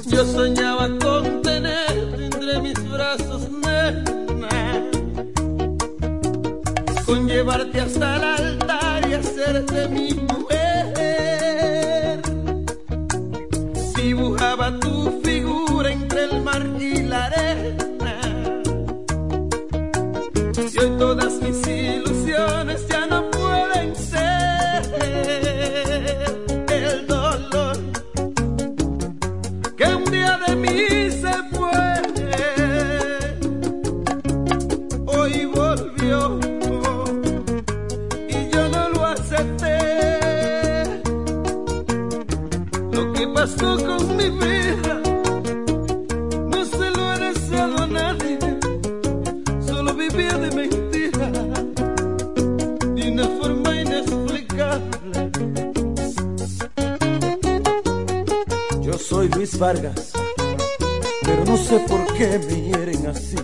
Yo soñaba con tenerte entre mis brazos, nena, con llevarte hasta el altar y hacerte mi mujer. Dibujaba tu figura entre el mar y la arena, y hoy todas mis ilusiones ya no pueden ser. El dolor que un día de mí se fue, hoy volvió y yo no lo acepté. Lo que pasó con mi vida no se lo he deseado a nadie, solo vivía de mentira, de una forma inexplicable. Yo soy Luis Vargas, pero no sé por qué me hieren así.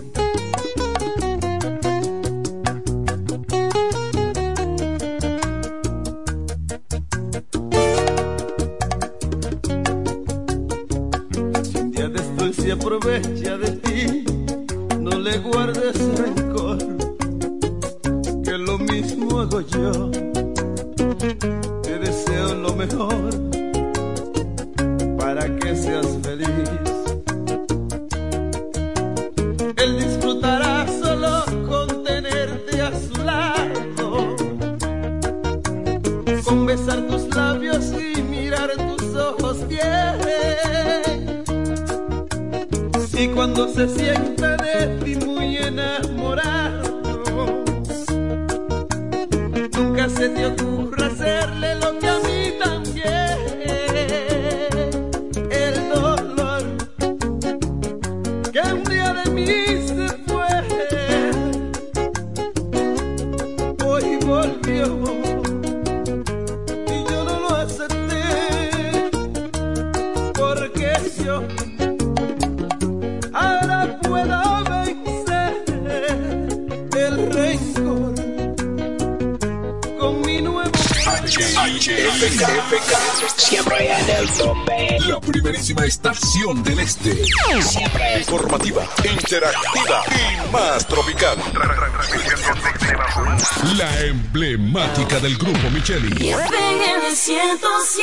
Si un día después se aprovecha de ti, no le guardes rencor, que lo mismo hago yo. Te deseo lo mejor para que seas feliz. Él disfrutará solo con tenerte a su lado, con besar tus labios y mirar tus ojos bien. Y cuando se sienta de ti muy enamorado, nunca se te ocurra hacerle lo que a mí también. El dolor que un día de mí se fue, hoy volvió y yo no lo acepté, porque yo ahora puedo vencer el rencor con mi nuevo siempre en el tope. La primerísima estación del este. Siempre Informativa, interactiva y más tropical. La emblemática del grupo Micheli. En el 107.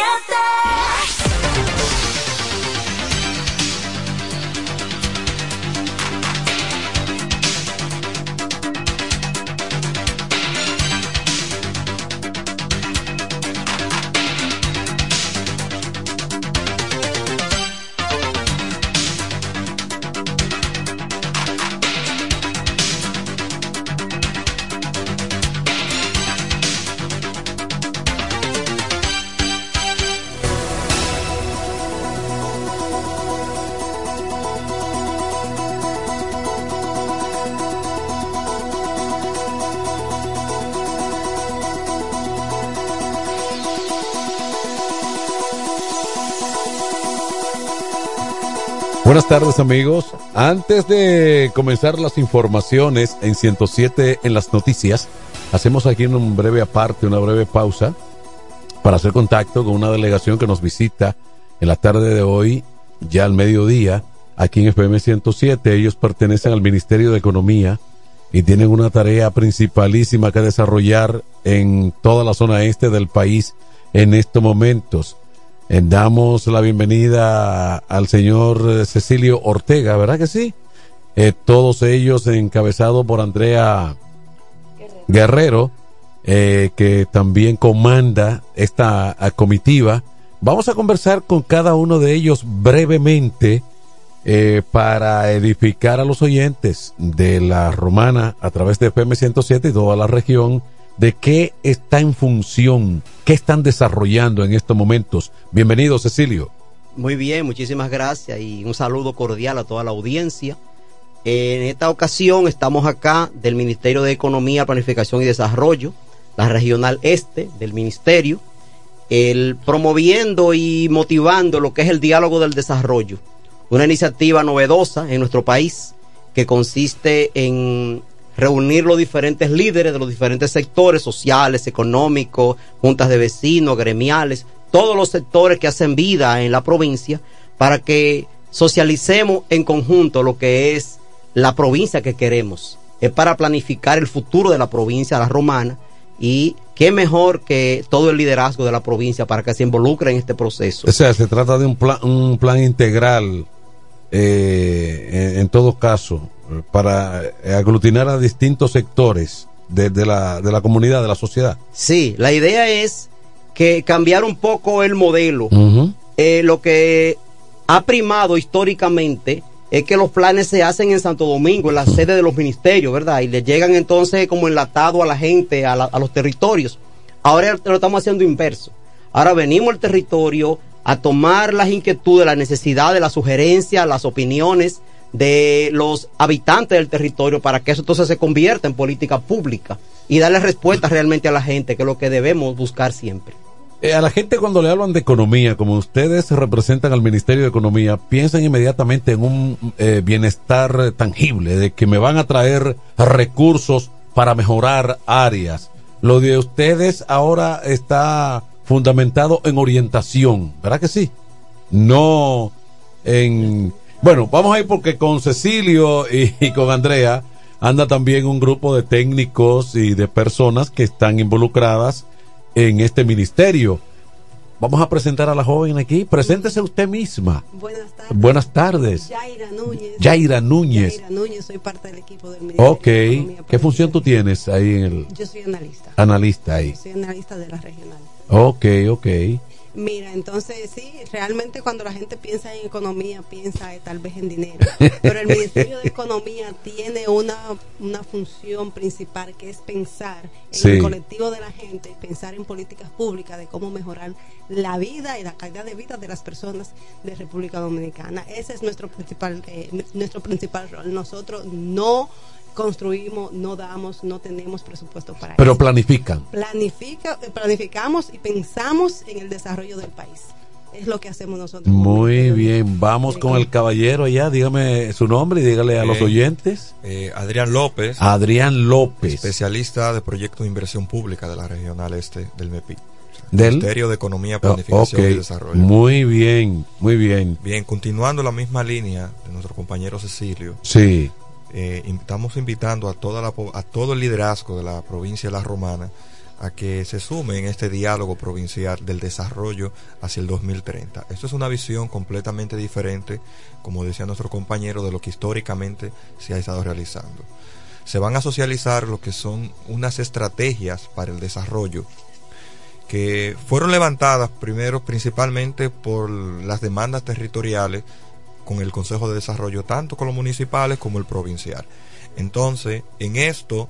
Buenas tardes, amigos. Antes de comenzar las informaciones en 107 en las noticias, hacemos aquí un breve aparte, una breve pausa para hacer contacto con una delegación que nos visita en la tarde de hoy, ya al mediodía, aquí en FM 107. Ellos pertenecen al Ministerio de Economía y tienen una tarea principalísima que desarrollar en toda la zona este del país en estos momentos. Damos la bienvenida al señor Cecilio Ortega, ¿verdad que sí? Todos ellos encabezados por Andrea Guerrero, que también comanda esta comitiva. Vamos a conversar con cada uno de ellos brevemente para edificar a los oyentes de la Romana a través de FM 107 y toda la región de qué está en función, qué están desarrollando en estos momentos. Bienvenido, Cecilio. Muy bien, muchísimas gracias y un saludo cordial a toda la audiencia. En esta ocasión estamos acá del Ministerio de Economía, Planificación y Desarrollo, la Regional Este del Ministerio, promoviendo y motivando lo que es el diálogo del desarrollo, una iniciativa novedosa en nuestro país que consiste en reunir los diferentes líderes de los diferentes sectores sociales, económicos, juntas de vecinos, gremiales, todos los sectores que hacen vida en la provincia, para que socialicemos en conjunto lo que es la provincia que queremos. Es para planificar el futuro de la provincia, la romana, y qué mejor que todo el liderazgo de la provincia para que se involucre en este proceso. O sea, se trata de un plan integral, en todo caso, para aglutinar a distintos sectores de la comunidad, de la sociedad. Sí, la idea es que cambiar un poco el modelo. Lo que ha primado históricamente es que los planes se hacen en Santo Domingo, en la sede de los ministerios, ¿verdad? Y le llegan entonces como enlatado a la gente, a los territorios. Ahora lo estamos haciendo inverso. Ahora venimos al territorio a tomar las inquietudes, las necesidades, las sugerencias, las opiniones de los habitantes del territorio para que eso entonces se convierta en política pública y darle respuesta realmente a la gente, que es lo que debemos buscar siempre. A la gente, cuando le hablan de economía, como ustedes representan al Ministerio de Economía, piensan inmediatamente en un bienestar tangible, de que me van a traer recursos para mejorar áreas. Lo de ustedes ahora está fundamentado en orientación, ¿verdad que sí? No en... Bueno, vamos a ir porque con Cecilio y con Andrea anda también un grupo de técnicos y de personas que están involucradas en este ministerio. Vamos a presentar a la joven aquí. Preséntese usted misma. Buenas tardes. Buenas tardes. Yaira Núñez. Yaira Núñez. Yaira Núñez, soy parte del equipo del Ministerio Ok. de Economía. ¿Qué función tú tienes ahí en el...? Yo soy analista. Analista ahí. Soy analista de la regional. Ok. Mira, entonces sí, realmente cuando la gente piensa en economía, piensa tal vez en dinero. Pero el Ministerio de Economía tiene una función principal, que es pensar en el colectivo de la gente, pensar en políticas públicas de cómo mejorar la vida y la calidad de vida de las personas de República Dominicana. Ese es nuestro principal rol. Nosotros no construimos, no damos, no tenemos presupuesto para eso. Pero planificamos y pensamos en el desarrollo del país. Es lo que hacemos nosotros. Muy bien, vamos con el caballero allá. Dígame su nombre y dígale a los oyentes. Adrián López. Adrián López, especialista de proyectos de inversión pública de la regional este del MEPI. Del Ministerio de Economía, Planificación y Desarrollo. Muy bien, muy bien. Bien, continuando la misma línea de nuestro compañero Cecilio. Sí. Estamos invitando a todo el liderazgo de la provincia de La Romana a que se sume en este diálogo provincial del desarrollo hacia el 2030. Esto es una visión completamente diferente, como decía nuestro compañero, de lo que históricamente se ha estado realizando. Se van a socializar lo que son unas estrategias para el desarrollo que fueron levantadas primero principalmente por las demandas territoriales con el Consejo de Desarrollo, tanto con los municipales como el provincial. Entonces, en esto,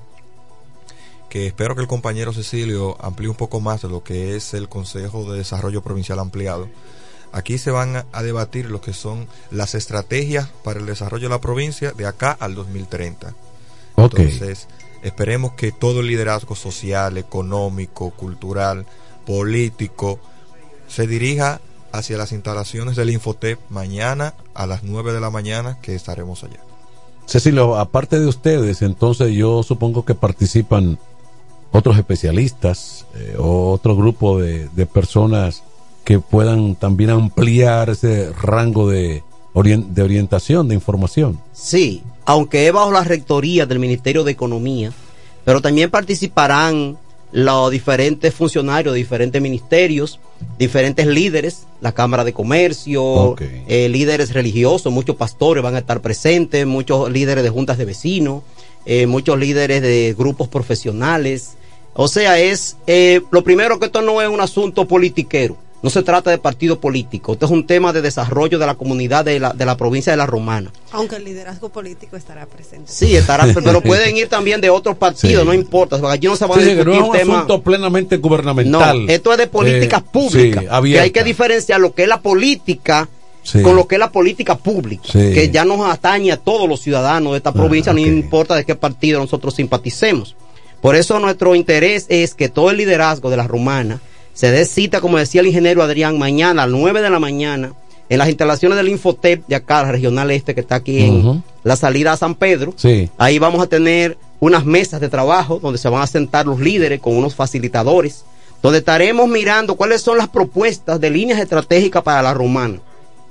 que espero que el compañero Cecilio amplíe un poco más de lo que es el Consejo de Desarrollo Provincial ampliado, aquí se van a debatir lo que son las estrategias para el desarrollo de la provincia de acá al 2030. Entonces, esperemos que todo el liderazgo social, económico, cultural, político, se dirija hacia las instalaciones del Infotep mañana a las 9 de la mañana, que estaremos allá. Cecilio, aparte de ustedes, entonces yo supongo que participan otros especialistas, otro grupo de personas que puedan también ampliar ese rango de orientación, de información. Sí, aunque es bajo la rectoría del Ministerio de Economía, pero también participarán los diferentes funcionarios de diferentes ministerios, diferentes líderes, la Cámara de Comercio, líderes religiosos, muchos pastores van a estar presentes, muchos líderes de juntas de vecinos, muchos líderes de grupos profesionales. O sea, es lo primero, que esto no es un asunto politiquero, no se trata de partido político, esto es un tema de desarrollo de la comunidad de la provincia de La Romana. Aunque el liderazgo político estará presente. Sí, estará, pero pueden ir también de otros partidos, no importa, allí no se van a discutir no es un temas. asunto plenamente gubernamental. No, esto es de políticas públicas, que hay que diferenciar lo que es la política con lo que es la política pública, que ya nos atañe a todos los ciudadanos de esta provincia, no importa de qué partido nosotros simpaticemos. Por eso nuestro interés es que todo el liderazgo de La Romana se dé cita, como decía el ingeniero Adrián, mañana a las 9 de la mañana en las instalaciones del Infotep de acá, la regional este, que está aquí en la salida a San Pedro. Ahí vamos a tener unas mesas de trabajo donde se van a sentar los líderes con unos facilitadores, donde estaremos mirando cuáles son las propuestas de líneas estratégicas para La Romana.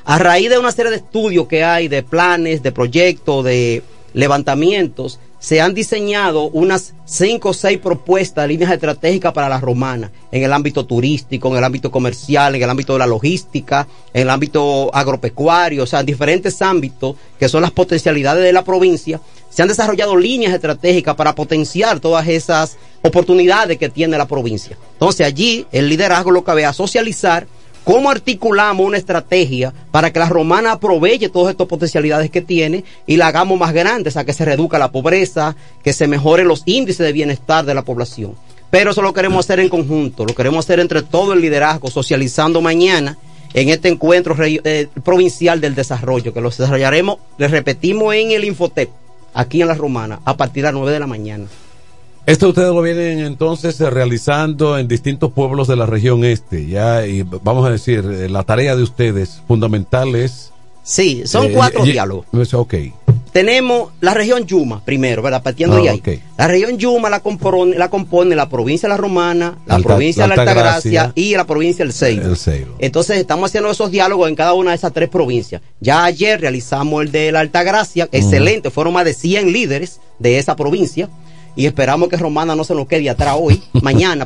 A raíz de una serie de estudios que hay, de planes, de proyectos, de levantamientos, se han diseñado unas 5 o 6 propuestas de líneas estratégicas para la Romana, en el ámbito turístico, en el ámbito comercial, en el ámbito de la logística, en el ámbito agropecuario, o sea, en diferentes ámbitos que son las potencialidades de la provincia. Se han desarrollado líneas estratégicas para potenciar todas esas oportunidades que tiene la provincia. Entonces allí el liderazgo lo que ve a socializar cómo articulamos una estrategia para que la Romana aproveche todas estas potencialidades que tiene y la hagamos más grande, o sea, que se reduzca la pobreza, que se mejoren los índices de bienestar de la población. Pero eso lo queremos hacer en conjunto, lo queremos hacer entre todo el liderazgo, socializando mañana en este encuentro provincial del desarrollo, que lo desarrollaremos, les repetimos, en el Infotep, aquí en la Romana, a partir de las 9 de la mañana. Esto ustedes lo vienen entonces realizando en distintos pueblos de la región este, ya, y vamos a decir, la tarea de ustedes fundamental es... Sí, son 4 diálogos. Ok. Tenemos la región Yuma, primero, ¿verdad? Partiendo de ahí. Okay. La región Yuma la compone la provincia de La Romana, la provincia de la Altagracia y la provincia del Ceibo. Entonces estamos haciendo esos diálogos en cada una de esas 3 provincias. Ya ayer realizamos el de la Altagracia, excelente, fueron más de 100 líderes de esa provincia. Y esperamos que Romana no se nos quede atrás hoy, mañana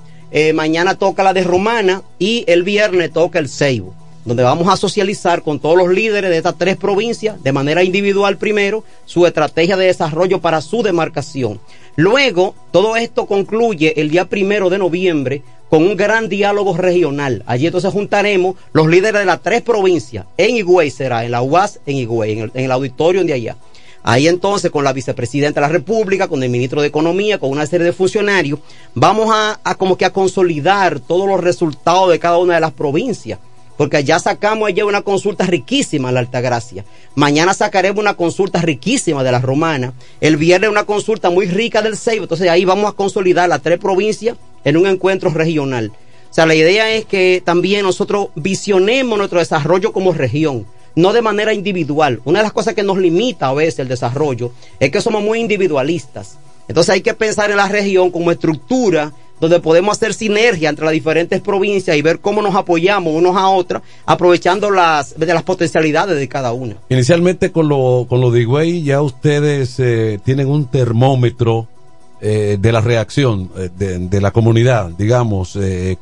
toca la de Romana y el viernes toca el Ceibo, donde vamos a socializar con todos los líderes de estas 3 provincias, de manera individual primero, su estrategia de desarrollo para su demarcación. Luego, todo esto concluye el día 1 de noviembre con un gran diálogo regional. Allí entonces juntaremos los líderes de las 3 provincias, en Higüey será, en la UAS, en Higüey, en el auditorio de allá. Ahí entonces con la vicepresidenta de la República, con el ministro de Economía, con una serie de funcionarios, vamos a como que a consolidar todos los resultados de cada una de las provincias, porque ya sacamos ayer una consulta riquísima en la Altagracia, mañana sacaremos una consulta riquísima de la Romana, el viernes una consulta muy rica del Ceibo. Entonces ahí vamos a consolidar las 3 provincias en un encuentro regional. O sea, la idea es que también nosotros visionemos nuestro desarrollo como región, no de manera individual. Una de las cosas que nos limita a veces el desarrollo es que somos muy individualistas. Entonces hay que pensar en la región como estructura donde podemos hacer sinergia entre las diferentes provincias y ver cómo nos apoyamos unos a otros, aprovechando las potencialidades de cada una. Inicialmente con lo de Higüey ya ustedes tienen un termómetro de la reacción de la comunidad, digamos,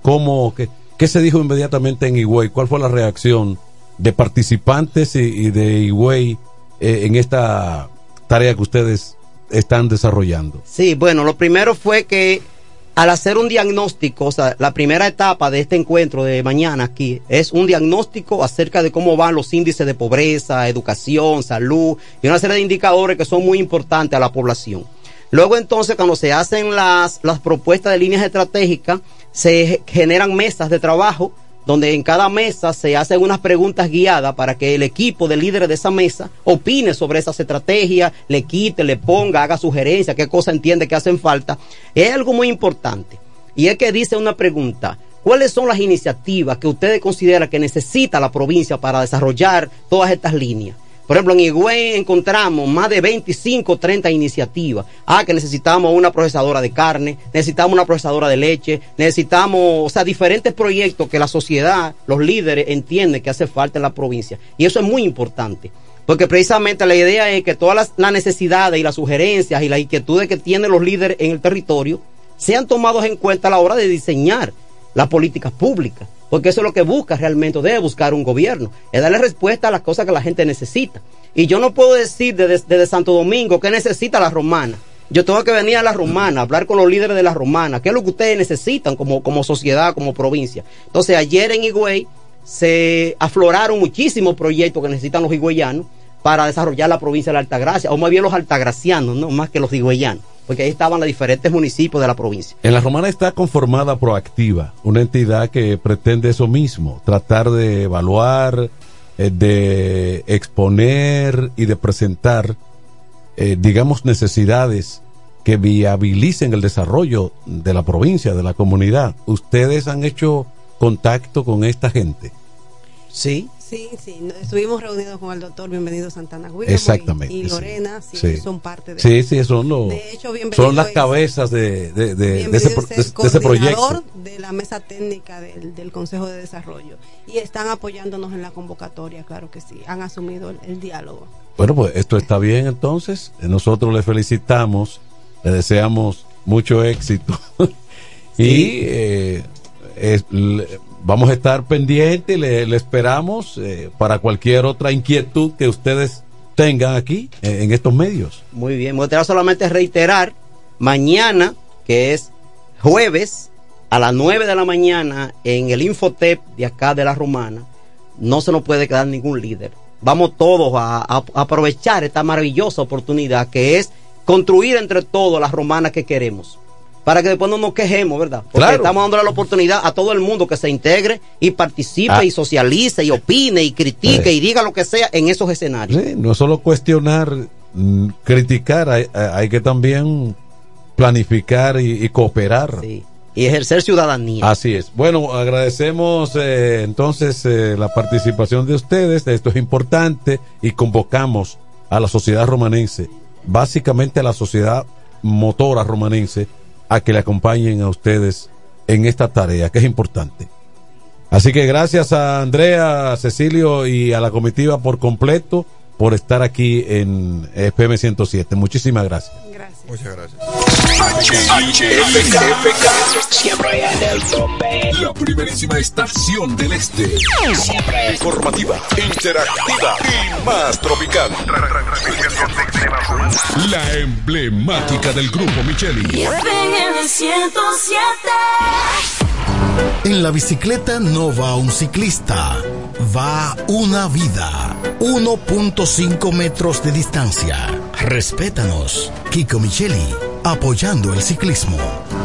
¿qué se dijo inmediatamente en Higüey? ¿Cuál fue la reacción de participantes y de Higüey en esta tarea que ustedes están desarrollando? Sí, bueno, lo primero fue que al hacer un diagnóstico, o sea, la primera etapa de este encuentro de mañana aquí es un diagnóstico acerca de cómo van los índices de pobreza, educación, salud y una serie de indicadores que son muy importantes a la población. Luego entonces, cuando se hacen las propuestas de líneas estratégicas, se generan mesas de trabajo donde en cada mesa se hacen unas preguntas guiadas para que el equipo de líderes de esa mesa opine sobre esas estrategias, le quite, le ponga, haga sugerencias, qué cosas entiende que hacen falta. Y hay algo muy importante, y es que dice una pregunta: ¿cuáles son las iniciativas que ustedes consideran que necesita la provincia para desarrollar todas estas líneas? Por ejemplo, en Higüey encontramos más de 25 o 30 iniciativas. Que necesitamos una procesadora de carne, necesitamos una procesadora de leche, necesitamos, o sea, diferentes proyectos que la sociedad, los líderes entienden que hace falta en la provincia. Y eso es muy importante, porque precisamente la idea es que todas las necesidades y las sugerencias y las inquietudes que tienen los líderes en el territorio sean tomados en cuenta a la hora de diseñar las políticas públicas. Porque eso es lo que busca realmente, debe buscar un gobierno, es darle respuesta a las cosas que la gente necesita. Y yo no puedo decir desde Santo Domingo qué necesita la Romana. Yo tengo que venir a la Romana, hablar con los líderes de la Romana, qué es lo que ustedes necesitan como sociedad, como provincia. Entonces ayer en Higüey se afloraron muchísimos proyectos que necesitan los higüeyanos para desarrollar la provincia de la Altagracia, o más bien los altagracianos, no más que los higüeyanos, porque ahí estaban los diferentes municipios de la provincia. En la Romana está conformada Proactiva, una entidad que pretende eso mismo, tratar de evaluar, de exponer y de presentar, digamos, necesidades que viabilicen el desarrollo de la provincia, de la comunidad. ¿Ustedes han hecho contacto con esta gente? Sí, Sí, estuvimos reunidos con el doctor Bienvenido Santana Guillermo Exactamente, y Lorena, sí, son parte de sí, son los, de hecho, son las cabezas de ese proyecto, de la mesa técnica del Consejo de Desarrollo, y están apoyándonos en la convocatoria, claro que sí, han asumido el diálogo. Bueno, pues esto está bien, entonces nosotros le felicitamos, le deseamos mucho éxito y vamos a estar pendientes, le esperamos para cualquier otra inquietud que ustedes tengan aquí en estos medios. Muy bien, me gustaría solamente reiterar, mañana, que es jueves, a las 9 de la mañana, en el Infotep de acá de La Romana, no se nos puede quedar ningún líder. Vamos todos a aprovechar esta maravillosa oportunidad que es construir entre todos las romanas que queremos, para que después no nos quejemos, ¿verdad? Porque claro, estamos dándole la oportunidad a todo el mundo que se integre y participe y socialice y opine y critique y diga lo que sea en esos escenarios. Sí, no solo cuestionar, criticar, hay que también planificar y cooperar. Sí, y ejercer ciudadanía. Así es. Bueno, agradecemos entonces la participación de ustedes, esto es importante, y convocamos a la sociedad romanense, básicamente a la sociedad motora romanense, a que le acompañen a ustedes en esta tarea que es importante. Así que gracias a Andrea, a Cecilio y a la comitiva por completo por estar aquí en FM 107. Muchísimas gracias. Muchas gracias. Siempre en el tope. La primerísima estación del este. Siempre informativa, interactiva y más tropical. La emblemática del grupo Micheli. FM 107. En la bicicleta no va un ciclista, va una vida. 1.5 metros de distancia. Respétanos. Kiko Micheli, apoyando el ciclismo.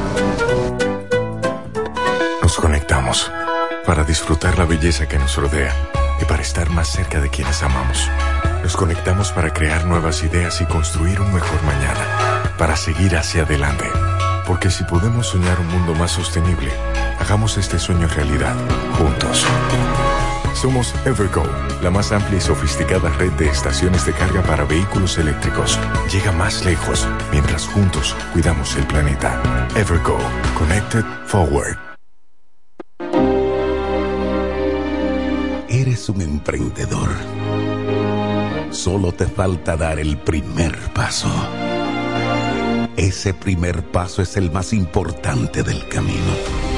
Nos conectamos para disfrutar la belleza que nos rodea y para estar más cerca de quienes amamos. Nos conectamos para crear nuevas ideas y construir un mejor mañana, para seguir hacia adelante. Porque si podemos soñar un mundo más sostenible, hagamos este sueño realidad, juntos. Somos Evergo, la más amplia y sofisticada red de estaciones de carga para vehículos eléctricos. Llega más lejos, mientras juntos cuidamos el planeta. Evergo, Connected Forward. Eres un emprendedor. Solo te falta dar el primer paso. Ese primer paso es el más importante del camino.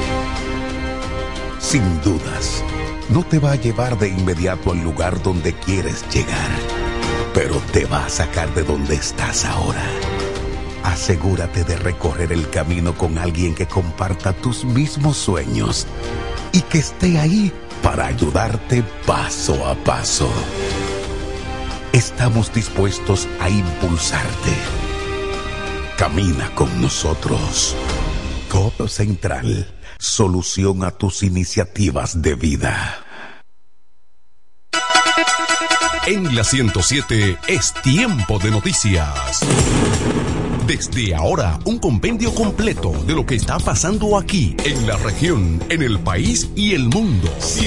Sin dudas, no te va a llevar de inmediato al lugar donde quieres llegar, pero te va a sacar de donde estás ahora. Asegúrate de recorrer el camino con alguien que comparta tus mismos sueños y que esté ahí para ayudarte paso a paso. Estamos dispuestos a impulsarte. Camina con nosotros. Codo Central, solución a tus iniciativas de vida. En la 107 es tiempo de noticias. Desde ahora, un compendio completo de lo que está pasando aquí, en la región, en el país y el mundo.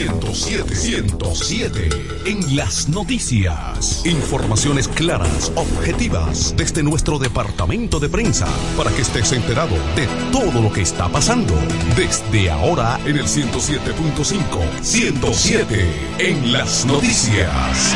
107 en las noticias. Informaciones claras, objetivas, desde nuestro departamento de prensa, para que estés enterado de todo lo que está pasando. Desde ahora, en el 107.5, 107 en las noticias.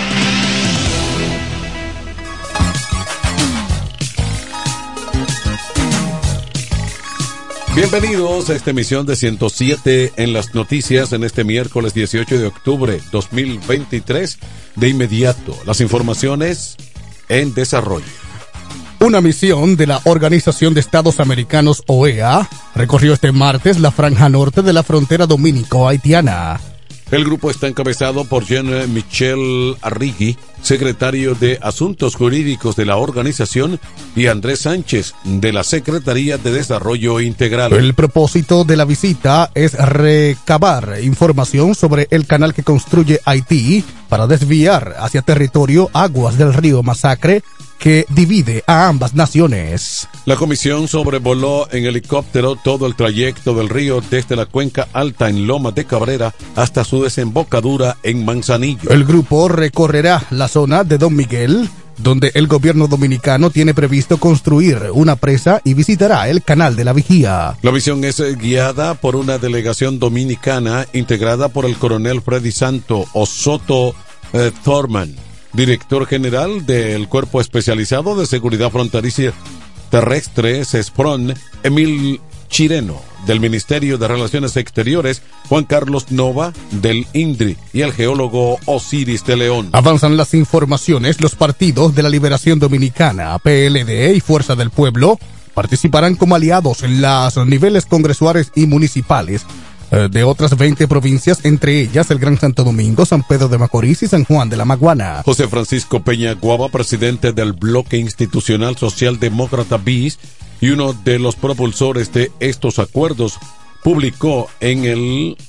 Bienvenidos a esta emisión de 107 en las noticias en este miércoles 18 de octubre 2023. De inmediato, las informaciones en desarrollo. Una misión de la Organización de Estados Americanos, OEA, recorrió este martes la franja norte de la frontera dominico-haitiana. El grupo está encabezado por Jean-Michel Arrigui, secretario de Asuntos Jurídicos de la organización, y Andrés Sánchez, de la Secretaría de Desarrollo Integral. El propósito de la visita es recabar información sobre el canal que construye Haití para desviar hacia territorio aguas del río Masacre, que divide a ambas naciones. La comisión sobrevoló en helicóptero todo el trayecto del río desde la cuenca alta en Lomas de Cabrera hasta su desembocadura en Manzanillo. El grupo recorrerá la zona de Don Miguel, donde el gobierno dominicano tiene previsto construir una presa, y visitará el Canal de la Vigía. La misión es guiada por una delegación dominicana integrada por el coronel Freddy Santo Osoto Thorman, director general del Cuerpo Especializado de Seguridad Fronteriza Terrestre, CESPRON, Emil Chireno, del Ministerio de Relaciones Exteriores, Juan Carlos Nova, del INDRI, y el geólogo Osiris de León. Avanzan las informaciones. Los partidos de la Liberación Dominicana, PLD y Fuerza del Pueblo participarán como aliados en los niveles congresuales y municipales de otras 20 provincias, entre ellas el Gran Santo Domingo, San Pedro de Macorís y San Juan de la Maguana. José Francisco Peña Guava, presidente del Bloque Institucional Socialdemócrata BIS y uno de los propulsores de estos acuerdos, publicó en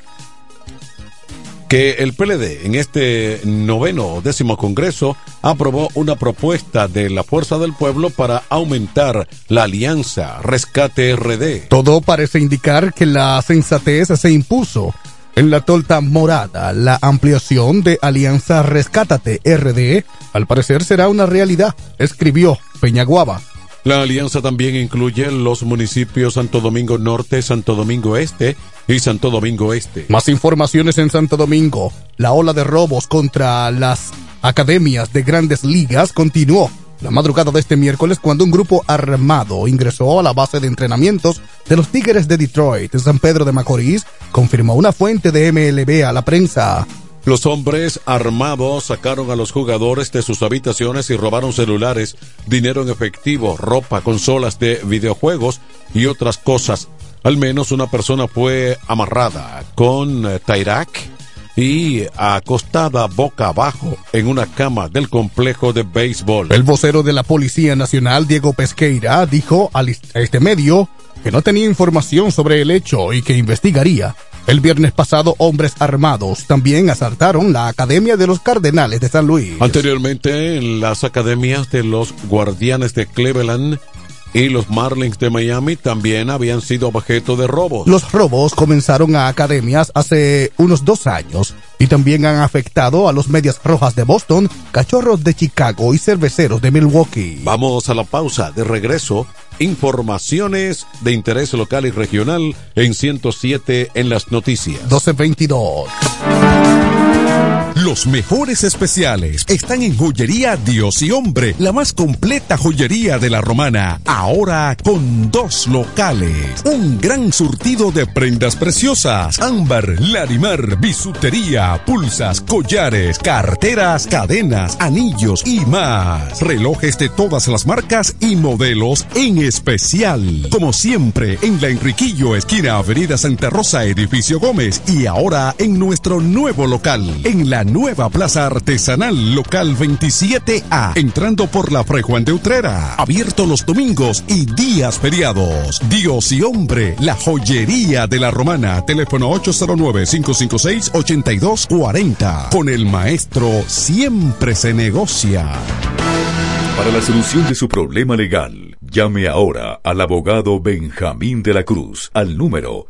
que el PLD en este 90º Congreso aprobó una propuesta de la Fuerza del Pueblo para aumentar la alianza Rescate RD. Todo parece indicar que la sensatez se impuso. En la tolta morada, la ampliación de Alianza Rescátate RD al parecer será una realidad, escribió Peñaguaba. La alianza también incluye los municipios Santo Domingo Norte, Santo Domingo Este y Santo Domingo Este. Más informaciones en Santo Domingo. La ola de robos contra las academias de grandes ligas continuó la madrugada de este miércoles, cuando un grupo armado ingresó a la base de entrenamientos de los Tigres de Detroit en San Pedro de Macorís, confirmó una fuente de MLB a la prensa. Los hombres armados sacaron a los jugadores de sus habitaciones y robaron celulares, dinero en efectivo, ropa, consolas de videojuegos y otras cosas. Al menos una persona fue amarrada con Tairac y acostada boca abajo en una cama del complejo de béisbol. El vocero de la Policía Nacional, Diego Pesqueira, dijo a este medio que no tenía información sobre el hecho y que investigaría. El viernes pasado, hombres armados también asaltaron la Academia de los Cardenales de San Luis. Anteriormente, en las academias de los Guardianes de Cleveland y los Marlins de Miami también habían sido objeto de robos. Los robos comenzaron a academias hace unos 2 años y también han afectado a los Medias Rojas de Boston, Cachorros de Chicago y Cerveceros de Milwaukee. Vamos a la pausa. De regreso, informaciones de interés local y regional en 107 en las noticias. 12:22. Los mejores especiales están en Joyería Dios y Hombre, la más completa joyería de la Romana, ahora con 2 locales. Un gran surtido de prendas preciosas: ámbar, larimar, bisutería, pulsas, collares, carteras, cadenas, anillos y más. Relojes de todas las marcas y modelos en especial. Como siempre, en la Enriquillo, esquina Avenida Santa Rosa, edificio Gómez, y ahora en nuestro nuevo local, en la nueva Plaza Artesanal, local 27A, entrando por la Fray Juan de Utrera. Abierto los domingos y días feriados. Dios y Hombre, la joyería de la Romana. Teléfono 809-556-8240. Con el maestro siempre se negocia. Para la solución de su problema legal, llame ahora al abogado Benjamín de la Cruz al número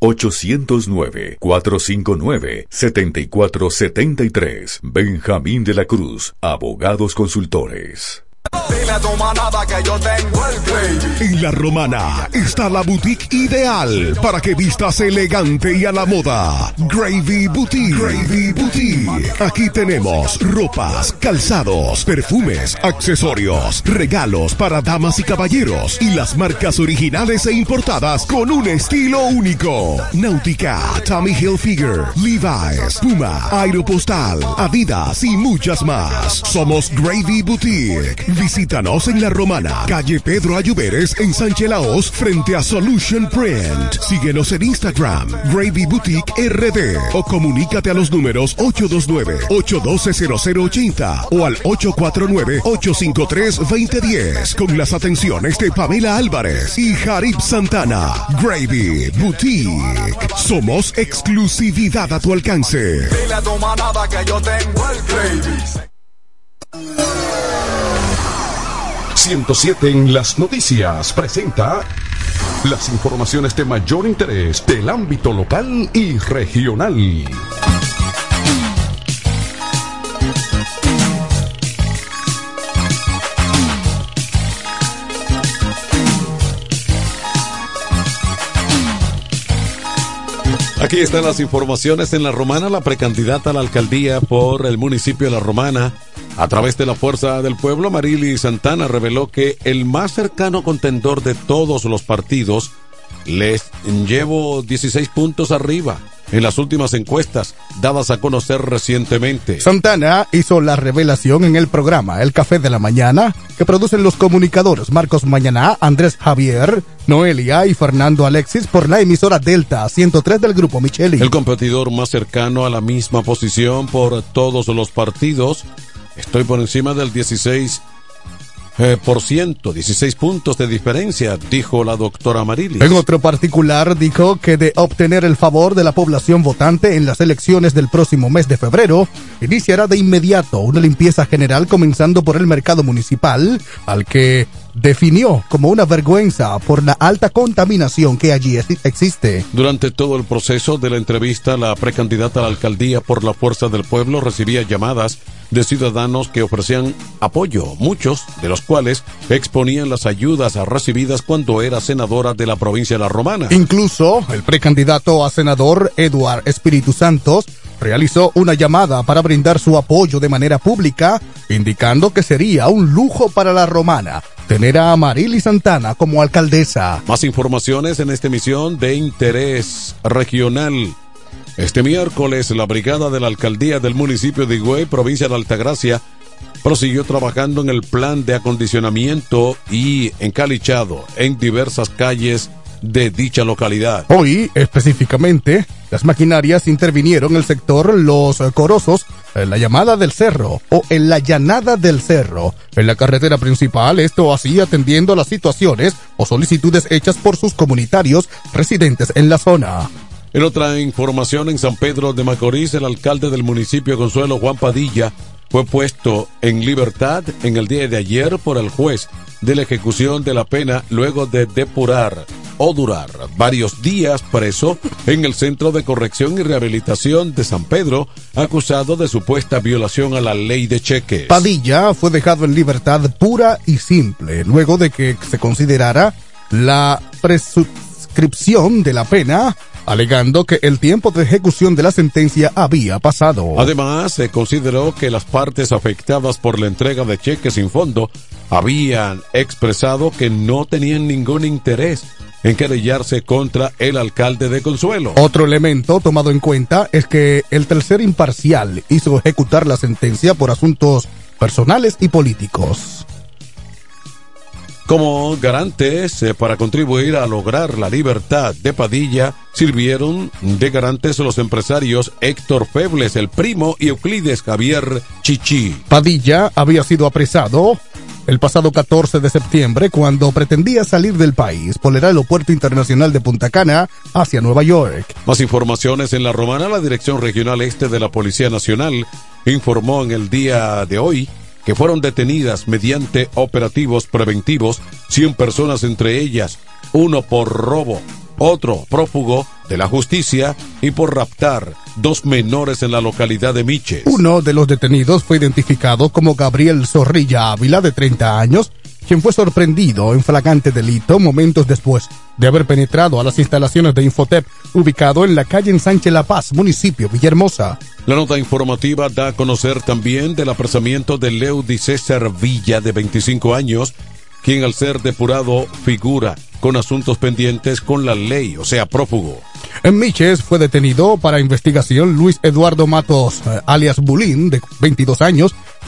809-459-7473. Benjamín de la Cruz, Abogados Consultores. Dile a tu manada que yo tengo el Gravy. En La Romana está la boutique ideal para que vistas elegante y a la moda. Gravy Boutique. Gravy Boutique. Aquí tenemos ropas, calzados, perfumes, accesorios, regalos para damas y caballeros y las marcas originales e importadas con un estilo único. Náutica, Tommy Hilfiger, Levi's, Puma, Aeropostal, Adidas y muchas más. Somos Gravy Boutique. Visítanos en La Romana, calle Pedro Ayuberes, en Sánchez Laos, frente a Solution Print. Síguenos en Instagram, Gravy Boutique RD, o comunícate a los números 829-812-0080 o al 849-853-2010 con las atenciones de Pamela Álvarez y Jarib Santana. Gravy Boutique. Somos exclusividad a tu alcance. Dile a tu manada que yo tengo el gravy. 107 en las noticias presenta las informaciones de mayor interés del ámbito local y regional. Aquí están las informaciones en La Romana. La precandidata a la alcaldía por el municipio de La Romana, a través de la Fuerza del Pueblo, Marily Santana, reveló que el más cercano contendor de todos los partidos les llevo 16 puntos arriba en las últimas encuestas dadas a conocer recientemente. Santana hizo la revelación en el programa El Café de la Mañana, que producen los comunicadores Marcos Mañaná, Andrés Javier, Noelia y Fernando Alexis por la emisora Delta 103 del Grupo Micheli. El competidor más cercano a la misma posición por todos los partidos, estoy por encima del 16%, 16 puntos de diferencia, dijo la doctora Marily. En otro particular, dijo que de obtener el favor de la población votante en las elecciones del próximo mes de febrero, iniciará de inmediato una limpieza general comenzando por el mercado municipal, al que definió como una vergüenza por la alta contaminación que allí existe. Durante todo el proceso de la entrevista, la precandidata a la alcaldía por la Fuerza del Pueblo recibía llamadas de ciudadanos que ofrecían apoyo, muchos de los cuales exponían las ayudas recibidas cuando era senadora de la provincia de La Romana. Incluso el precandidato a senador Eduard Espíritu Santos realizó una llamada para brindar su apoyo de manera pública, indicando que sería un lujo para La Romana tener a Marily Santana como alcaldesa. Más informaciones en esta emisión de interés regional. Este miércoles, la brigada de la alcaldía del municipio de Higüey, provincia de Altagracia, prosiguió trabajando en el plan de acondicionamiento y encalichado en diversas calles de dicha localidad. Hoy, específicamente, las maquinarias intervinieron en el sector Los Corozos, en la llamada del Cerro o en la llanada del Cerro, en la carretera principal, esto así atendiendo las situaciones o solicitudes hechas por sus comunitarios residentes en la zona. En otra información, en San Pedro de Macorís, el alcalde del municipio, Consuelo Juan Padilla, fue puesto en libertad en el día de ayer por el juez de la ejecución de la pena luego de depurar o durar varios días preso en el Centro de Corrección y Rehabilitación de San Pedro, acusado de supuesta violación a la ley de cheques. Padilla fue dejado en libertad pura y simple, luego de que se considerara la prescripción de la pena, alegando que el tiempo de ejecución de la sentencia había pasado. Además, se consideró que las partes afectadas por la entrega de cheques sin fondo habían expresado que no tenían ningún interés en querellarse contra el alcalde de Consuelo. Otro elemento tomado en cuenta es que el tercer imparcial hizo ejecutar la sentencia por asuntos personales y políticos. Como garantes para contribuir a lograr la libertad de Padilla, sirvieron de garantes los empresarios Héctor Febles, el primo, y Euclides Javier Chichi. Padilla había sido apresado el pasado 14 de septiembre cuando pretendía salir del país por el aeropuerto internacional de Punta Cana hacia Nueva York. Más informaciones en La Romana. La Dirección Regional Este de la Policía Nacional informó en el día de hoy que fueron detenidas mediante operativos preventivos 100 personas, entre ellas uno por robo, otro prófugo de la justicia y por raptar 2 menores en la localidad de Miches. Uno de los detenidos fue identificado como Gabriel Zorrilla Ávila, de 30 años, quien fue sorprendido en flagrante delito momentos después de haber penetrado a las instalaciones de Infotep, ubicado en la calle Ensanche La Paz, municipio Villahermosa. La nota informativa da a conocer también del apresamiento de Leudy César Villa, de 25 años, quien al ser depurado figura con asuntos pendientes con la ley, o sea, prófugo. En Miches fue detenido para investigación Luis Eduardo Matos, alias Bulín, de 22 años,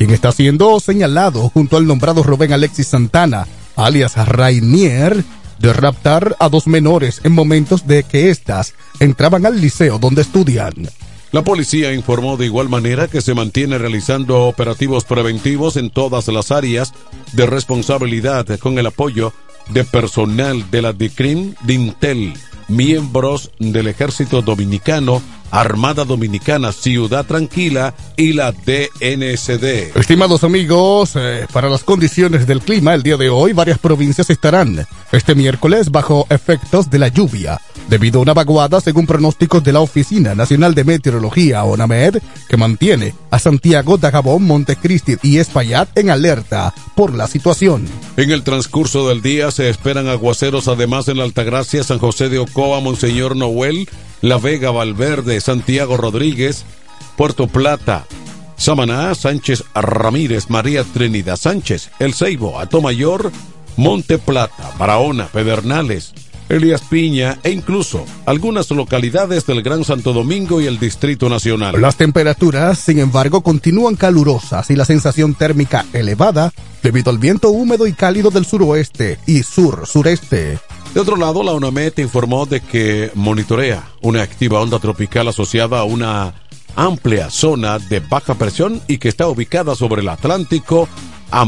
quien está siendo señalado junto al nombrado Rubén Alexis Santana, alias Rainier, de raptar a 2 menores en momentos de que éstas entraban al liceo donde estudian. La policía informó de igual manera que se mantiene realizando operativos preventivos en todas las áreas de responsabilidad con el apoyo de personal de la DICRIM, DINTEL, miembros del Ejército Dominicano, Armada Dominicana, Ciudad Tranquila y la DNCD. Estimados amigos, para las condiciones del clima, el día de hoy varias provincias estarán este miércoles bajo efectos de la lluvia, debido a una vaguada según pronósticos de la Oficina Nacional de Meteorología, ONAMED, que mantiene a Santiago, Dajabón, Montecristi y Espaillat en alerta por la situación. En el transcurso del día se esperan aguaceros además en la Altagracia, San José de Ocoa, Monseñor Noel, La Vega, Valverde, Santiago Rodríguez, Puerto Plata, Samaná, Sánchez Ramírez, María Trinidad Sánchez, El Ceibo, Atomayor, Monte Plata, Barahona, Pedernales, Elías Piña e incluso algunas localidades del Gran Santo Domingo y el Distrito Nacional. Las temperaturas, sin embargo, continúan calurosas y la sensación térmica elevada debido al viento húmedo y cálido del suroeste y sur-sureste. De otro lado, la ONAMED informó de que monitorea una activa onda tropical asociada a una amplia zona de baja presión y que está ubicada sobre el Atlántico a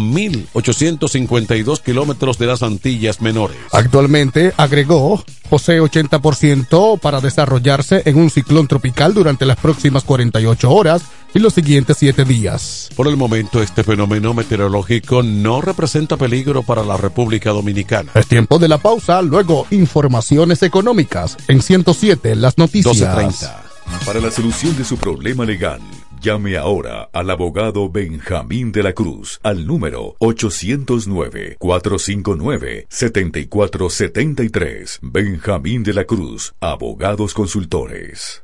1.852 kilómetros de las Antillas Menores. Actualmente, agregó, posee 80% para desarrollarse en un ciclón tropical durante las próximas 48 horas y los siguientes 7 días. Por el momento, este fenómeno meteorológico no representa peligro para la República Dominicana. Es tiempo de la pausa, luego informaciones económicas en 107 Las Noticias. 12:30. Para la solución de su problema legal, llame ahora al abogado Benjamín de la Cruz al número 809-459-7473. Benjamín de la Cruz, Abogados Consultores.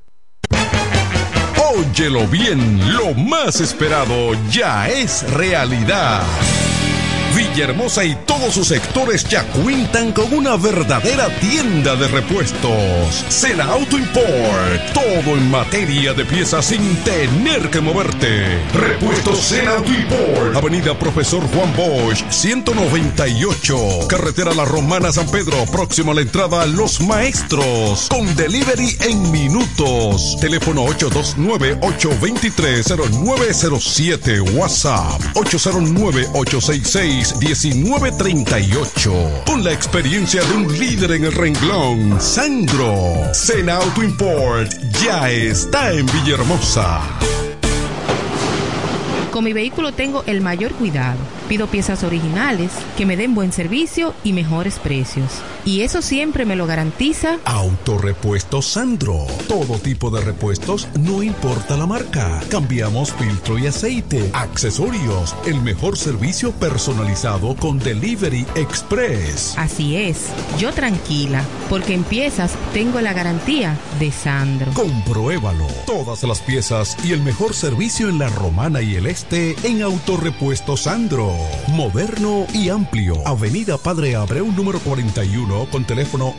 Óyelo bien, lo más esperado ya es realidad. Villahermosa y todos sus sectores ya cuentan con una verdadera tienda de repuestos. Sena Auto Import. Todo en materia de piezas sin tener que moverte. Repuestos Sena Auto Import. Avenida Profesor Juan Bosch, 198. Carretera La Romana, San Pedro. Próximo a la entrada a Los Maestros. Con delivery en minutos. Teléfono 829-823-0907. WhatsApp 809-866-1938. Con la experiencia de un líder en el renglón, Sandro. Sena Auto Import ya está en Villahermosa. Con mi vehículo tengo el mayor cuidado. Pido piezas originales, que me den buen servicio y mejores precios. Y eso siempre me lo garantiza Autorepuestos Sandro. Todo tipo de repuestos, no importa la marca. Cambiamos filtro y aceite, accesorios, el mejor servicio personalizado con Delivery Express. Así es, yo tranquila, porque en piezas tengo la garantía de Sandro. Compruébalo. Todas las piezas y el mejor servicio en La Romana y el Este en Autorepuestos Sandro. Moderno y amplio. Avenida Padre Abreu, número 41, con teléfono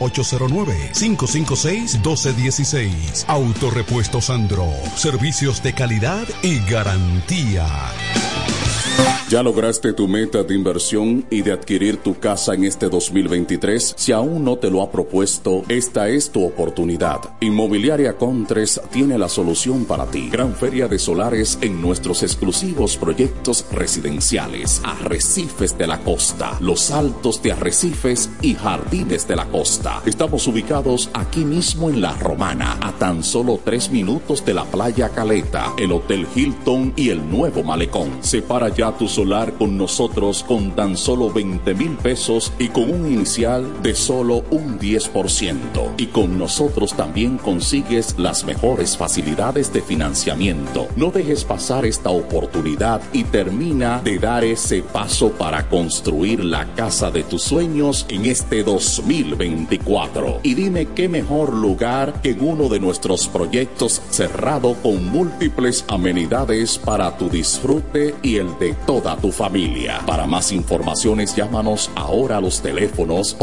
809-556-1216. Autorepuesto Sandro. Servicios de calidad y garantía. ¿Ya lograste tu meta de inversión y de adquirir tu casa en este 2023? Si aún no te lo ha propuesto, esta es tu oportunidad. Inmobiliaria Contres tiene la solución para ti. Gran feria de solares en nuestros exclusivos proyectos residenciales. Arrecifes de la Costa, Los Altos de Arrecifes y Jardines de la Costa. Estamos ubicados aquí mismo en La Romana, a tan solo 3 minutos de la Playa Caleta, el Hotel Hilton y el Nuevo Malecón. Separa ya tu solar con nosotros con tan solo 20,000 pesos y con un inicial de solo un 10%. Y con nosotros también consigues las mejores facilidades de financiamiento. No dejes pasar esta oportunidad y termina de dar ese paso para construir la casa de tus sueños en este 2024. Y dime qué mejor lugar que en uno de nuestros proyectos cerrado con múltiples amenidades para tu disfrute y el de de toda tu familia. Para más informaciones, llámanos ahora a los teléfonos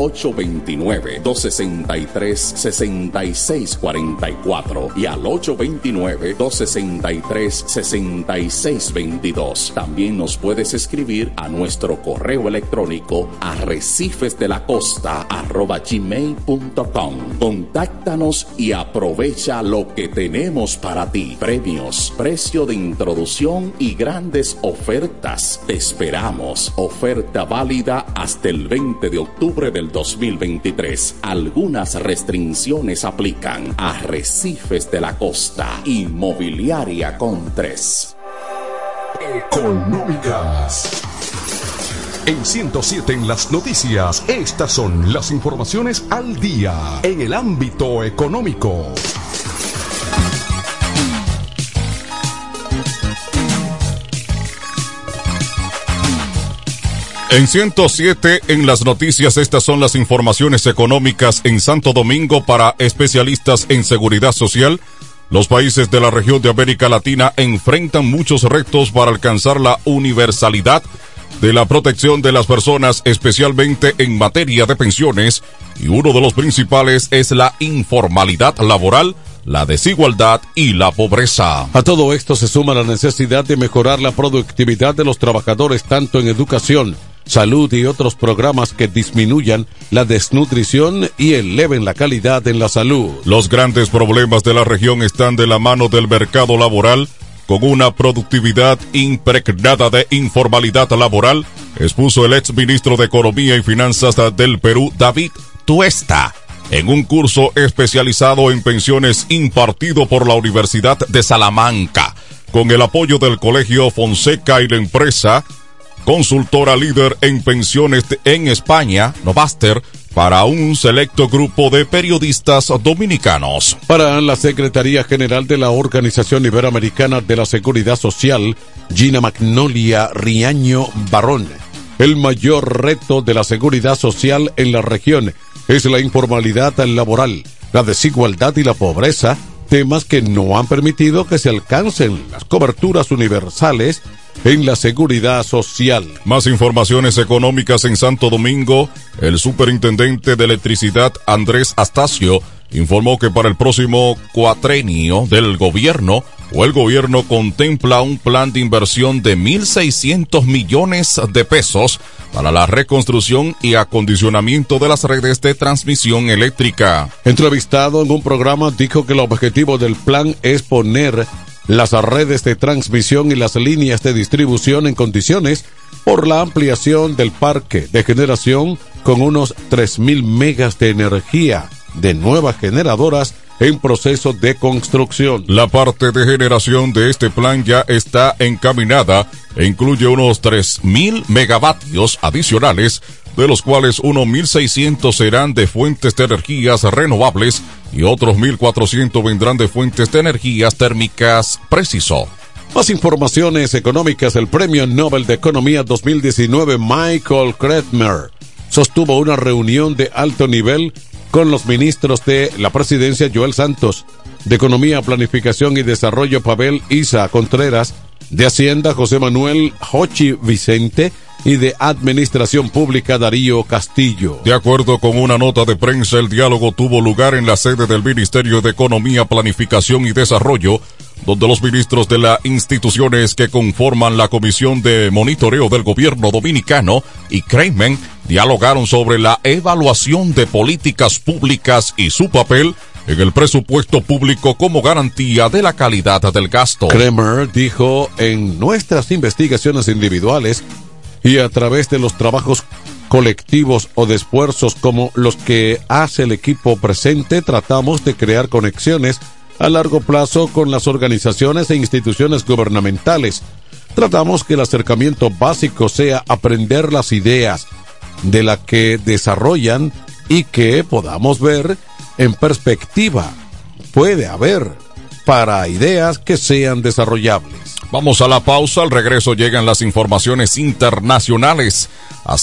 829-263-6644 y al 829-263-6622. También nos puedes escribir a nuestro correo electrónico arrecifesdelacosta@gmail.com. Contáctanos y aprovecha lo que tenemos para ti. Premios, precio de introducción y grandes ofertas. Te esperamos. Oferta válida hasta el 20 de octubre del 2023. Algunas restricciones aplican. Arrecifes de la Costa, inmobiliaria con 3. Económicas. En 107 en las noticias, estas son las informaciones al día en el ámbito económico. En 107 en las noticias, estas son las informaciones económicas en Santo Domingo para especialistas en seguridad social. Los países de la región de América Latina enfrentan muchos retos para alcanzar la universalidad de la protección de las personas, especialmente en materia de pensiones, y uno de los principales es la informalidad laboral, la desigualdad y la pobreza. A todo esto se suma la necesidad de mejorar la productividad de los trabajadores tanto en educación, salud y otros programas que disminuyan la desnutrición y eleven la calidad en la salud. Los grandes problemas de la región están de la mano del mercado laboral, con una productividad impregnada de informalidad laboral, expuso el ex ministro de Economía y Finanzas del Perú, David Tuesta, en un curso especializado en pensiones impartido por la Universidad de Salamanca, con el apoyo del Colegio Fonseca y la empresa consultora líder en pensiones en España, Novaster, para un selecto grupo de periodistas dominicanos. Para la Secretaría General de la Organización Iberoamericana de la Seguridad Social, Gina Magnolia Riaño Barrón, el mayor reto de la seguridad social en la región es la informalidad laboral, la desigualdad y la pobreza, temas que no han permitido que se alcancen las coberturas universales en la seguridad social. Más informaciones económicas en Santo Domingo. El superintendente de electricidad Andrés Astacio informó que para el próximo cuatrenio del gobierno, el gobierno contempla un plan de inversión de 1.600 millones de pesos para la reconstrucción y acondicionamiento de las redes de transmisión eléctrica. Entrevistado en un programa, dijo que el objetivo del plan es poner las redes de transmisión y las líneas de distribución en condiciones por la ampliación del parque de generación con unos 3.000 megas de energía de nuevas generadoras en proceso de construcción. La parte de generación de este plan ya está encaminada e incluye unos 3.000 megavatios adicionales, de los cuales unos 1.600 serán de fuentes de energías renovables y otros 1.400 vendrán de fuentes de energías térmicas, precisó. Más informaciones económicas. El Premio Nobel de Economía 2019 Michael Kretschmer sostuvo una reunión de alto nivel con los ministros de la Presidencia Joel Santos, de Economía, Planificación y Desarrollo Pavel Isa Contreras, de Hacienda José Manuel Hochi Vicente y de Administración Pública Darío Castillo. De acuerdo con una nota de prensa, el diálogo tuvo lugar en la sede del Ministerio de Economía, Planificación y Desarrollo, donde los ministros de las instituciones que conforman la Comisión de Monitoreo del Gobierno Dominicano y Kramer dialogaron sobre la evaluación de políticas públicas y su papel en el presupuesto público como garantía de la calidad del gasto. Kramer dijo: en nuestras investigaciones individuales y a través de los trabajos colectivos o de esfuerzos como los que hace el equipo presente, tratamos de crear conexiones a largo plazo con las organizaciones e instituciones gubernamentales. Tratamos que el acercamiento básico sea aprender las ideas de las que desarrollan y que podamos ver en perspectiva. Puede haber para ideas que sean desarrollables. Vamos a la pausa, al regreso llegan las informaciones internacionales a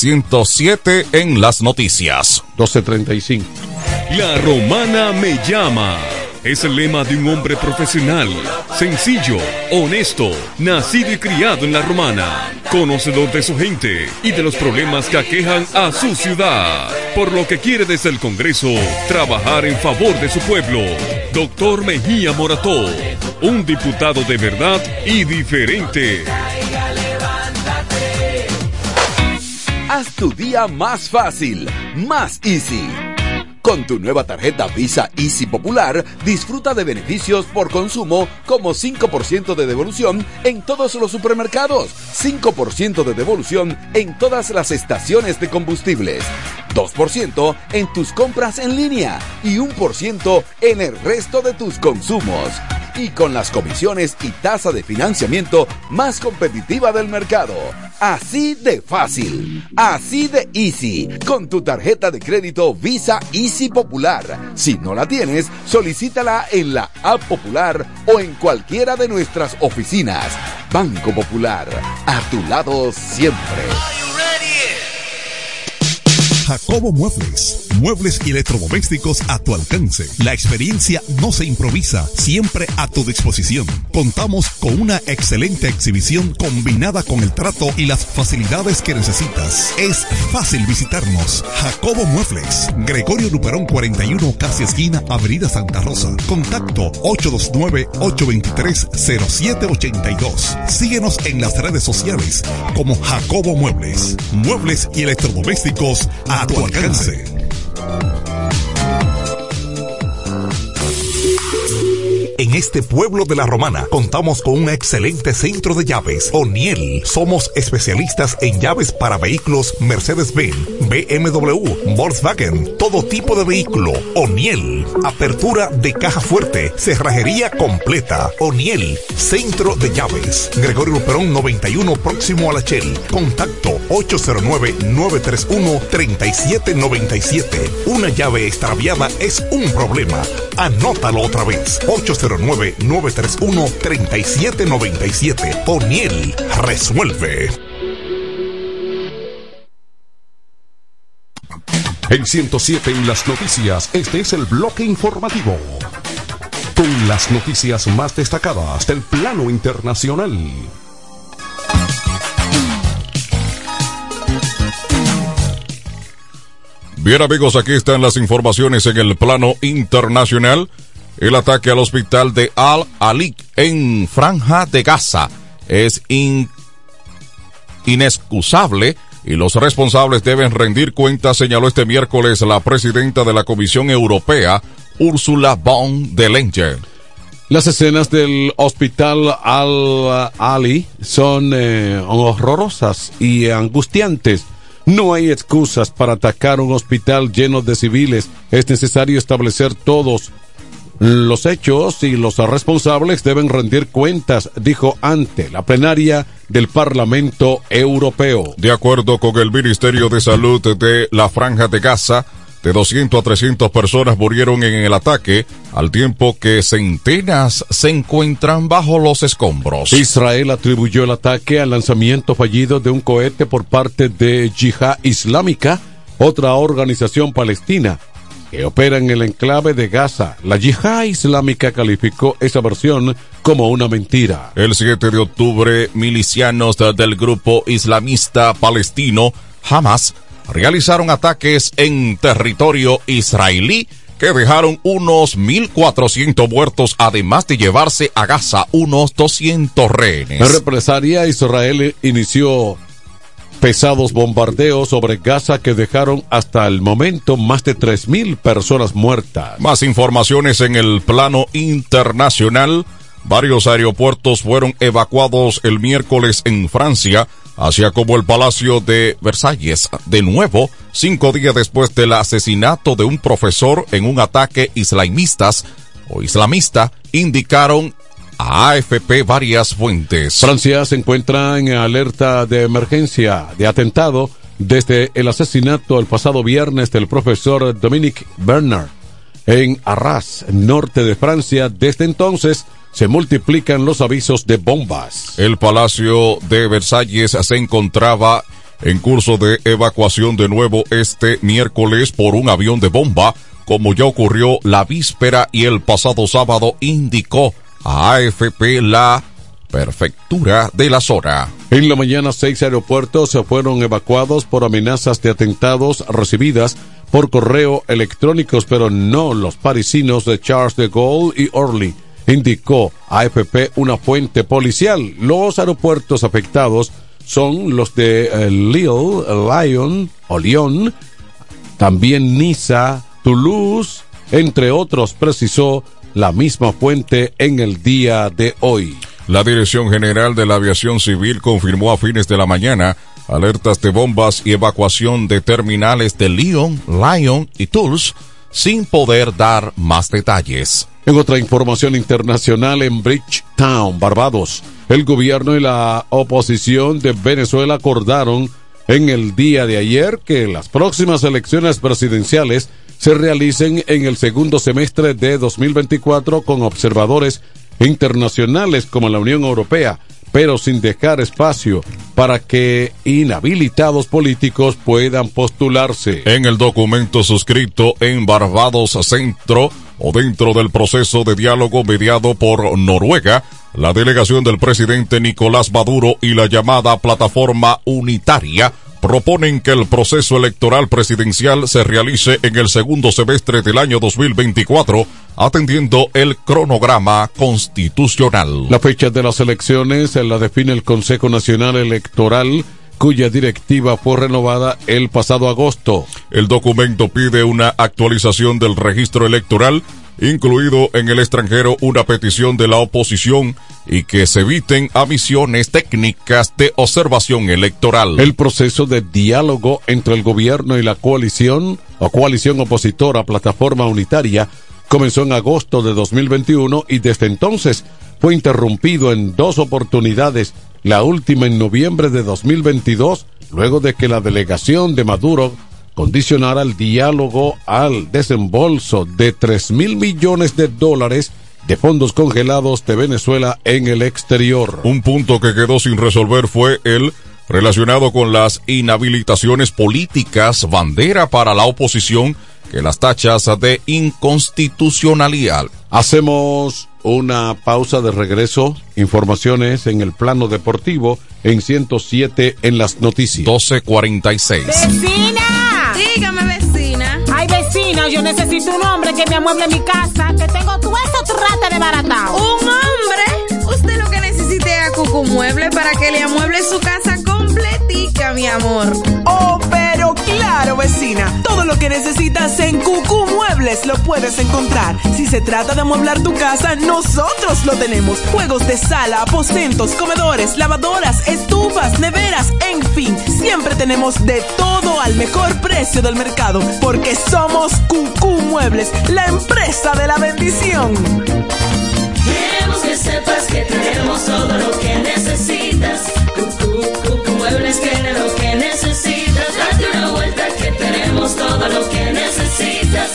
107 en las noticias. 12:35. La Romana me llama. es el lema de un hombre profesional, sencillo, honesto, nacido y criado en La Romana, conocedor de su gente y de los problemas que aquejan a su ciudad, por lo que quiere desde el Congreso trabajar en favor de su pueblo. Doctor Mejía Morató, un diputado de verdad y diferente. Haz tu día más fácil, más easy. Con tu nueva tarjeta Visa Easy Popular, disfruta de beneficios por consumo como 5% de devolución en todos los supermercados, 5% de devolución en todas las estaciones de combustibles, 2% en tus compras en línea y 1% en el resto de tus consumos. Y con las comisiones y tasa de financiamiento más competitiva del mercado. Así de fácil, así de easy, con tu tarjeta de crédito Visa Easy Popular. Si no la tienes, solicítala en la app Popular o en cualquiera de nuestras oficinas. Banco Popular, a tu lado siempre. Jacobo Muebles. Muebles y electrodomésticos a tu alcance. La experiencia no se improvisa, siempre a tu disposición. Contamos con una excelente exhibición combinada con el trato y las facilidades que necesitas. Es fácil visitarnos. Jacobo Muebles. Gregorio Luperón 41, casi esquina, Avenida Santa Rosa. Contacto 829-823-0782. Síguenos en las redes sociales como Jacobo Muebles. Muebles y electrodomésticos a tu alcance. En este pueblo de La Romana contamos con un excelente centro de llaves, O'Neill. Somos especialistas en llaves para vehículos Mercedes-Benz, BMW, Volkswagen, todo tipo de vehículo. O'Neill. Apertura de caja fuerte, cerrajería completa. O'Neill, centro de llaves. Gregorio Luperón 91, próximo a La Shell. Contacto 809-931-3797. Una llave extraviada es un problema. Anótalo otra vez. 809-931-3797. O'Neill resuelve. En 107 en las noticias, este es el bloque informativo. Con las noticias más destacadas del plano internacional. Bien amigos, aquí están las informaciones en el plano internacional. El ataque al hospital de Al-Alik en Franja de Gaza es inexcusable y los responsables deben rendir cuentas, señaló este miércoles la presidenta de la Comisión Europea, Ursula von der Leyen. Las escenas del hospital Al-Ali son horrorosas y angustiantes. No hay excusas para atacar un hospital lleno de civiles. Es necesario establecer todos los hechos y los responsables deben rendir cuentas, dijo ante la plenaria del Parlamento Europeo. De acuerdo con el Ministerio de Salud de la Franja de Gaza, de 200 a 300 personas murieron en el ataque, al tiempo que centenas se encuentran bajo los escombros. Israel atribuyó el ataque al lanzamiento fallido de un cohete por parte de Yihad Islámica, otra organización palestina que opera en el enclave de Gaza. La Yihad Islámica calificó esa versión como una mentira. El 7 de octubre, milicianos del grupo islamista palestino Hamas realizaron ataques en territorio israelí que dejaron unos 1.400 muertos, además de llevarse a Gaza unos 200 rehenes. En represalia, Israel inició pesados bombardeos sobre Gaza que dejaron hasta el momento más de 3.000 personas muertas. Más informaciones en el plano internacional. Varios aeropuertos fueron evacuados el miércoles en Francia, hacia como el Palacio de Versalles, de nuevo, 5 días después del asesinato de un profesor en un ataque islamista, indicaron a AFP varias fuentes. Francia se encuentra en alerta de emergencia de atentado desde el asesinato el pasado viernes del profesor Dominique Bernard en Arras, norte de Francia. Desde entonces se multiplican los avisos de bombas. El Palacio de Versalles se encontraba en curso de evacuación de nuevo este miércoles por un avión de bomba como ya ocurrió la víspera y el pasado sábado, indicó a AFP la prefectura de la zona. En la mañana, 6 aeropuertos se fueron evacuados por amenazas de atentados recibidas por correo electrónicos, pero no los parisinos de Charles de Gaulle y Orly, indicó AFP una fuente policial. Los aeropuertos afectados son los de Lyon, también Niza, Toulouse, entre otros, precisó la misma fuente en el día de hoy. La Dirección General de la Aviación Civil confirmó a fines de la mañana alertas de bombas y evacuación de terminales de Lyon y Toulouse, sin poder dar más detalles. En otra información internacional, en Bridgetown, Barbados, el gobierno y la oposición de Venezuela acordaron en el día de ayer que las próximas elecciones presidenciales se realicen en el segundo semestre de 2024 con observadores internacionales como la Unión Europea, pero sin dejar espacio para que inhabilitados políticos puedan postularse. En el documento suscrito en Barbados Centro o dentro del proceso de diálogo mediado por Noruega, la delegación del presidente Nicolás Maduro y la llamada Plataforma Unitaria proponen que el proceso electoral presidencial se realice en el segundo semestre del año 2024, atendiendo el cronograma constitucional. La fecha de las elecciones la define el Consejo Nacional Electoral, cuya directiva fue renovada el pasado agosto. El documento pide una actualización del registro electoral, incluido en el extranjero una petición de la oposición, y que se eviten misiones técnicas de observación electoral. El proceso de diálogo entre el gobierno y la coalición opositora Plataforma Unitaria comenzó en agosto de 2021 y desde entonces fue interrumpido en 2 oportunidades, la última en noviembre de 2022, luego de que la delegación de Maduro condicionara el diálogo al desembolso de $3,000 millones de fondos congelados de Venezuela en el exterior. Un punto que quedó sin resolver fue el relacionado con las inhabilitaciones políticas, bandera para la oposición, que las tachas de inconstitucionalidad. Hacemos una pausa de regreso. Informaciones en el plano deportivo en 107 en las noticias. 12:46. ¡Vecina! Dígame, vecina. Ay, vecina, yo necesito un hombre que me amueble mi casa, que tengo todo eso trata de baratao. ¿Un hombre? Usted lo que necesite es a Cucu Mueble para que le amueble su casa completica, mi amor. Oh, pero claro, vecina. Todo lo que necesitas en Cucu Muebles lo puedes encontrar. Si se trata de amueblar tu casa, nosotros lo tenemos. Juegos de sala, aposentos, comedores, lavadoras, estufas, neveras, en fin. Siempre tenemos de todo al mejor precio del mercado, porque somos Cucu Muebles, la empresa de la bendición. Queremos que sepas que tenemos todo lo que necesitas. Cucu Muebles tiene lo que necesitas. Date una vuelta que tenemos todo lo que necesitas.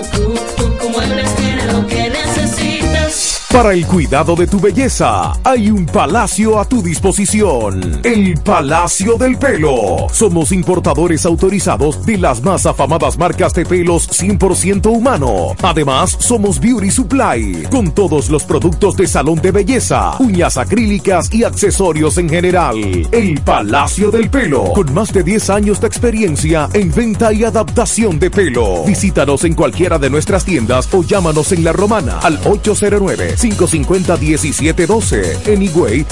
Cucu Muebles tiene lo que necesitas. Para el cuidado de tu belleza, hay un palacio a tu disposición. El Palacio del Pelo. Somos importadores autorizados de las más afamadas marcas de pelos 100% humano. Además, somos Beauty Supply, con todos los productos de salón de belleza, uñas acrílicas y accesorios en general. El Palacio del Pelo, con más de 10 años de experiencia en venta y adaptación de pelo. Visítanos en cualquiera de nuestras tiendas o llámanos en La Romana al 809-550-1712, en Higüey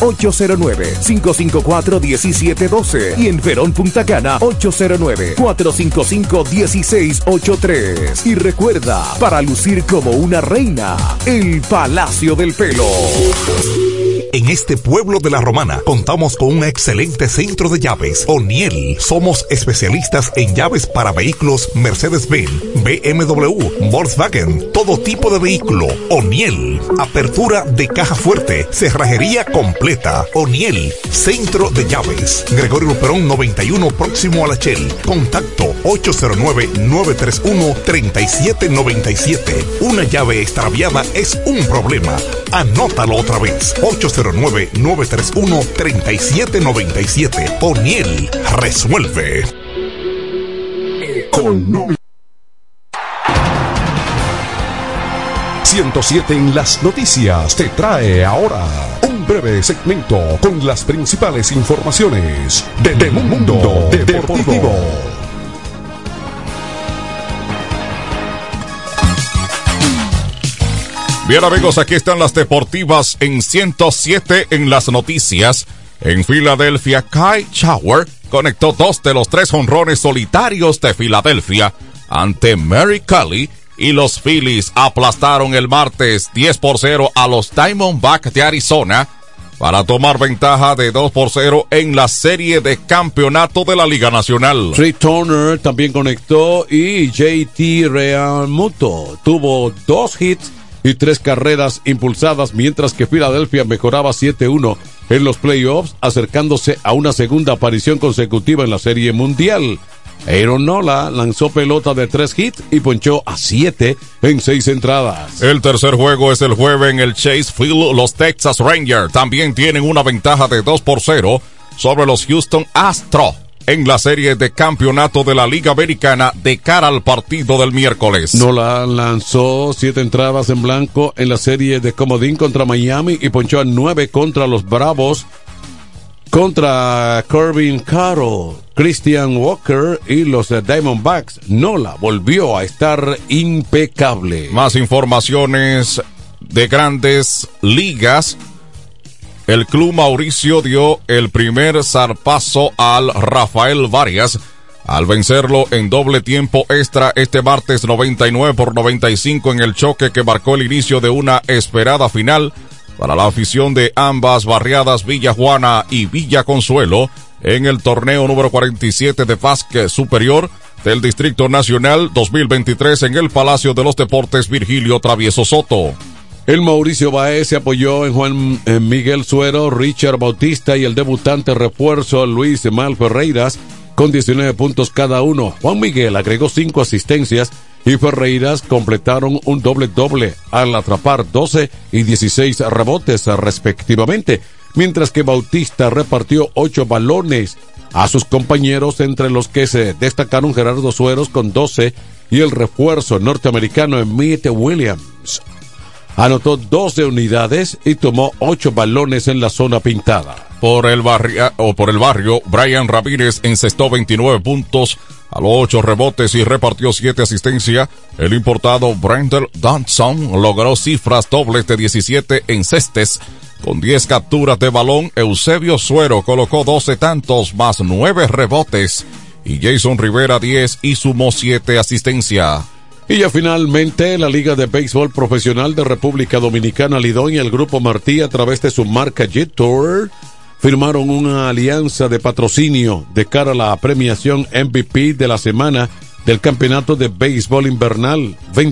809-554-1712 y en Verón Punta Cana 809-455-1683. Y recuerda, para lucir como una reina, el Palacio del Pelo. En este pueblo de La Romana contamos con un excelente centro de llaves, O'Neill. Somos especialistas en llaves para vehículos Mercedes-Benz, BMW, Volkswagen, todo tipo de vehículo. O'Neill. Apertura de caja fuerte, cerrajería completa. O'Neill, centro de llaves. Gregorio Luperón 91, próximo a la Shell. Contacto 809-931-3797. Una llave extraviada es un problema. Anótalo otra vez. 809-931-3797. O'Neill resuelve. 107 en las noticias te trae ahora un breve segmento con las principales informaciones del mundo deportivo. Bien amigos, aquí están las deportivas en 107 en las noticias. En Filadelfia, Kyle Schwarber conectó 2 de los 3 jonrones solitarios de Filadelfia ante Merrill Kelly y los Phillies aplastaron el martes 10-0 a los Diamondbacks de Arizona para tomar ventaja de 2-0 en la serie de campeonato de la Liga Nacional. Trey Turner también conectó y JT Realmuto tuvo 2 hits y 3 carreras impulsadas, mientras que Filadelfia mejoraba 7-1 en los playoffs, acercándose a una segunda aparición consecutiva en la Serie Mundial. Aaron Nola lanzó pelota de 3 hits y ponchó a 7 en 6 entradas. El tercer juego es el jueves en el Chase Field. Los Texas Rangers también tienen una ventaja de 2-0 sobre los Houston Astros en la serie de campeonato de la Liga Americana de cara al partido del miércoles. Nola lanzó 7 entradas en blanco en la serie de comodín contra Miami y ponchó a 9 contra los Bravos, contra Corbin Carroll, Christian Walker y los Diamondbacks. Nola volvió a estar impecable. Más informaciones de Grandes Ligas. El Club Mauricio dio el primer zarpazo al Rafael Varias al vencerlo en doble tiempo extra este martes 99-95 en el choque que marcó el inicio de una esperada final para la afición de ambas barriadas Villa Juana y Villa Consuelo en el torneo número 47 de básquet superior del Distrito Nacional 2023 en el Palacio de los Deportes Virgilio Travieso Soto. El Mauricio Báez se apoyó en Juan Miguel Suero, Richard Bautista y el debutante refuerzo Luis Mal Ferreiras con 19 puntos cada uno. Juan Miguel agregó 5 asistencias y Ferreiras completaron un doble-doble al atrapar 12 y 16 rebotes respectivamente, mientras que Bautista repartió 8 balones a sus compañeros, entre los que se destacaron Gerardo Sueros con 12 y el refuerzo norteamericano Emmett Williams anotó 12 unidades y tomó 8 balones en la zona pintada. Por el barrio, Brian Ramírez encestó 29 puntos a los 8 rebotes y repartió 7 asistencias. El importado Brandon Johnson logró cifras dobles de 17 encestes con 10 capturas de balón. Eusebio Suero colocó 12 tantos más 9 rebotes y Jason Rivera 10 y sumó 7 asistencias. Y ya finalmente, la Liga de Béisbol Profesional de República Dominicana, Lidón y el Grupo Martí, a través de su marca Jet Tour, firmaron una alianza de patrocinio de cara a la premiación MVP de la semana del Campeonato de Béisbol Invernal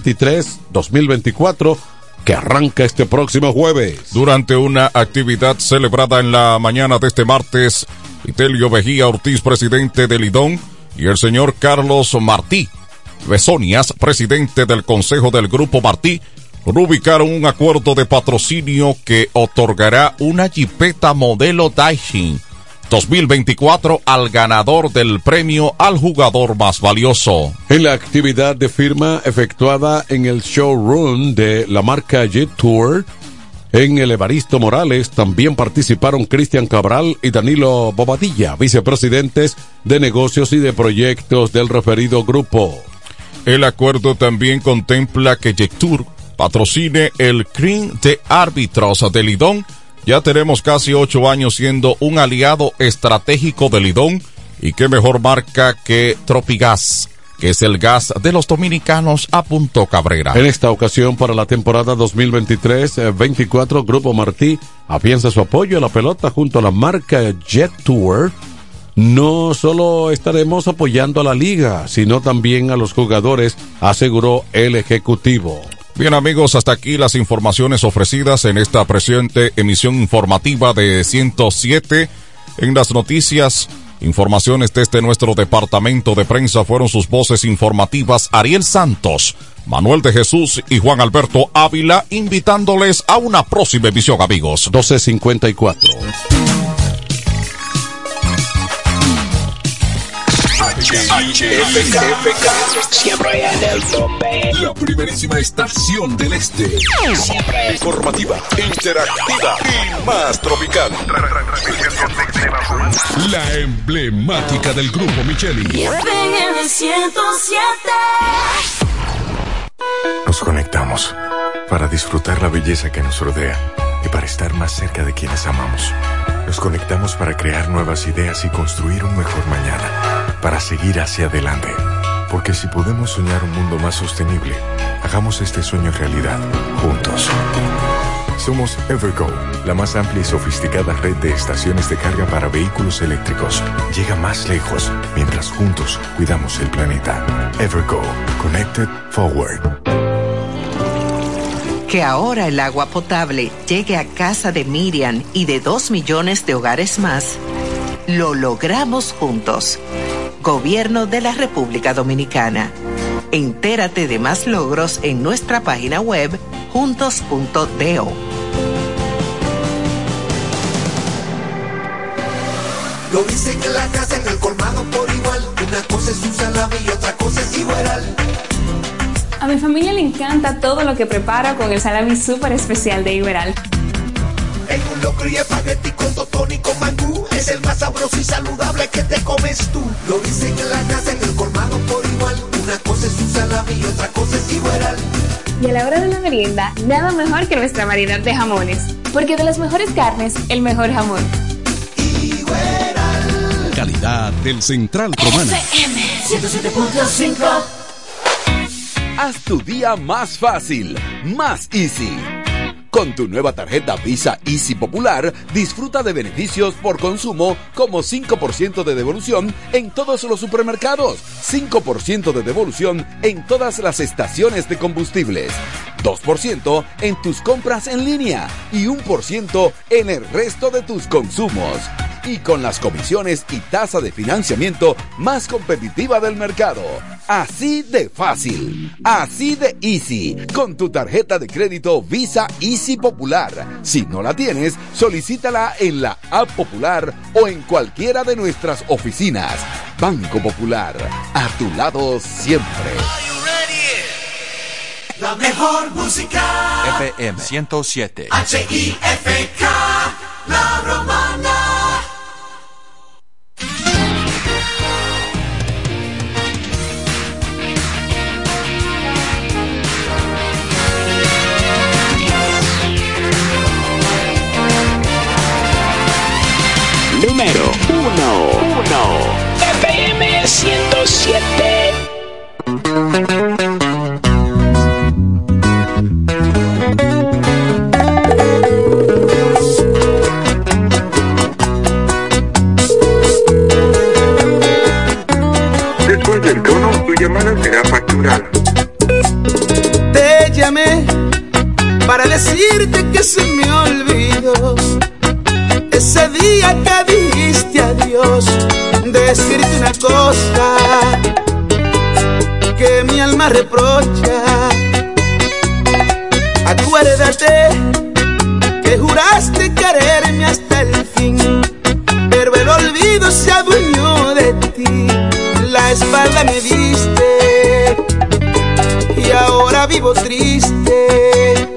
23-2024, que arranca este próximo jueves. Durante una actividad celebrada en la mañana de este martes, Vitelio Vejía Ortiz, presidente de Lidón, y el señor Carlos Martí Besonias, presidente del Consejo del Grupo Martí, rubricaron un acuerdo de patrocinio que otorgará una jipeta modelo Daikin 2024 al ganador del premio al jugador más valioso. En la actividad de firma efectuada en el showroom de la marca Jet Tour, en el Evaristo Morales, también participaron Cristian Cabral y Danilo Bobadilla, vicepresidentes de negocios y de proyectos del referido grupo. El acuerdo también contempla que Jectur patrocine el CRIM de árbitros de Lidón. Ya tenemos casi 8 años siendo un aliado estratégico de Lidón, y qué mejor marca que Tropigas, que es el gas de los dominicanos a Punto Cabrera. En esta ocasión, para la temporada 2023-24, Grupo Martí afianza su apoyo a la pelota junto a la marca Jet Tour. No solo estaremos apoyando a la liga, sino también a los jugadores, aseguró el ejecutivo. Bien amigos, hasta aquí las informaciones ofrecidas en esta presente emisión informativa de 107 en las noticias. Informaciones desde nuestro departamento de prensa fueron sus voces informativas Ariel Santos, Manuel de Jesús y Juan Alberto Ávila, invitándoles a una próxima emisión, amigos. 12:54. HIFK, siempre en el tope. La primerísima estación del este. Siempre informativa, interactiva y más tropical. La emblemática del grupo Micheli. FM 107. Nos conectamos para disfrutar la belleza que nos rodea y para estar más cerca de quienes amamos. Nos conectamos para crear nuevas ideas y construir un mejor mañana, para seguir hacia adelante. Porque si podemos soñar un mundo más sostenible, hagamos este sueño realidad, juntos. Somos Evergo, la más amplia y sofisticada red de estaciones de carga para vehículos eléctricos. Llega más lejos mientras juntos cuidamos el planeta. Evergo, Connected Forward. Que ahora el agua potable llegue a casa de Miriam y de 2 millones de hogares más, lo logramos juntos. Gobierno de la República Dominicana. Entérate de más logros en nuestra página web juntos.do. Lo dicen en la casa, en el colmado por igual. Una cosa es un salami y otra cosa es Iberal. A mi familia le encanta todo lo que preparo con el salami súper especial de Iberal. En un locro y espagueti con totón y con mangú. Es el más sabroso y saludable que te comes tú. Lo dicen en la casa, en el colmado por igual. Una cosa es un salami y otra cosa es Iberal. Y a la hora de la merienda, nada mejor que nuestra variedad de jamones. Porque de las mejores carnes, el mejor jamón. Calidad del Central Romana. FM 107.5. Haz tu día más fácil, más easy. Con tu nueva tarjeta Visa Easy Popular, disfruta de beneficios por consumo como 5% de devolución en todos los supermercados, 5% de devolución en todas las estaciones de combustibles, 2% en tus compras en línea y 1% en el resto de tus consumos. Y con las comisiones y tasa de financiamiento más competitiva del mercado. Así de fácil, así de easy, con tu tarjeta de crédito Visa Easy Popular. Si no la tienes, solicítala en la app Popular o en cualquiera de nuestras oficinas. Banco Popular, a tu lado siempre. La mejor música. FM 107. HIFK, La Romana. Número 1. FM 107. Después del tono, tu llamada será facturada. Te llamé para decirte que se me olvidó ese día que dijiste adiós. Decirte una cosa que mi alma reprocha. Acuérdate que juraste quererme hasta el fin, pero el olvido se adueñó de ti. La espalda me diste y ahora vivo triste.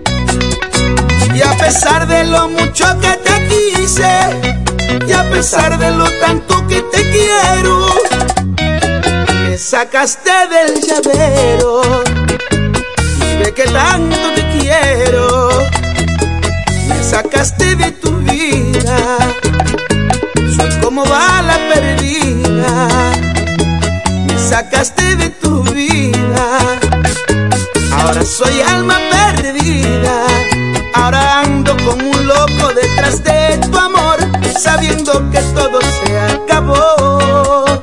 Y a pesar de lo mucho que te quise, y a pesar de lo tanto que te quiero, me sacaste del llavero. Y ve que tanto te quiero, me sacaste de tu vida. Soy como bala perdida, me sacaste de tu vida. Ahora soy alma perdida. Ahora ando como un loco detrás de tu amor, sabiendo que todo se acabó.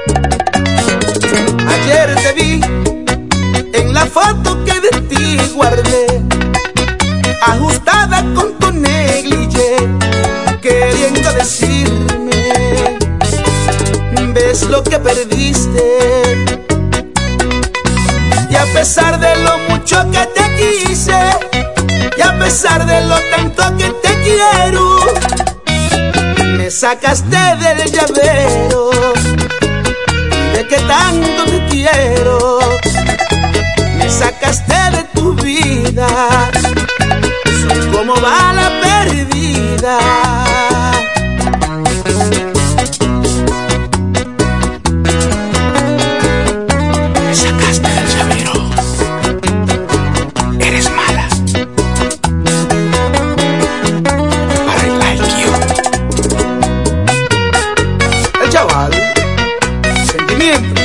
Ayer te vi en la foto que de ti guardé, ajustada con tu negligé, queriendo decirme, ves lo que perdiste. Y a pesar de lo mucho que te quise, y a pesar de lo tanto que te quiero, me sacaste del llavero. Soy como bala perdida. Me sacaste del llavero. Eres mala. But I like you. El chaval, sentimiento.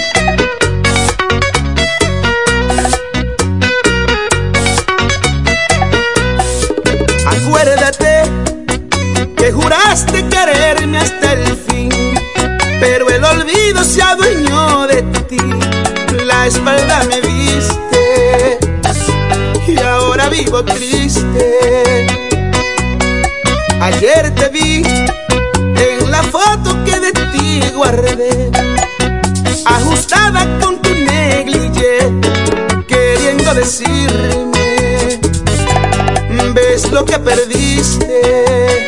Acuérdate que juraste quererme hasta el fin, pero el olvido se adueñó de ti. La espalda me viste y ahora vivo triste. Ayer te vi en la foto que de ti guardé, ajustada con tu negligé, queriendo decirme: ves lo que perdiste.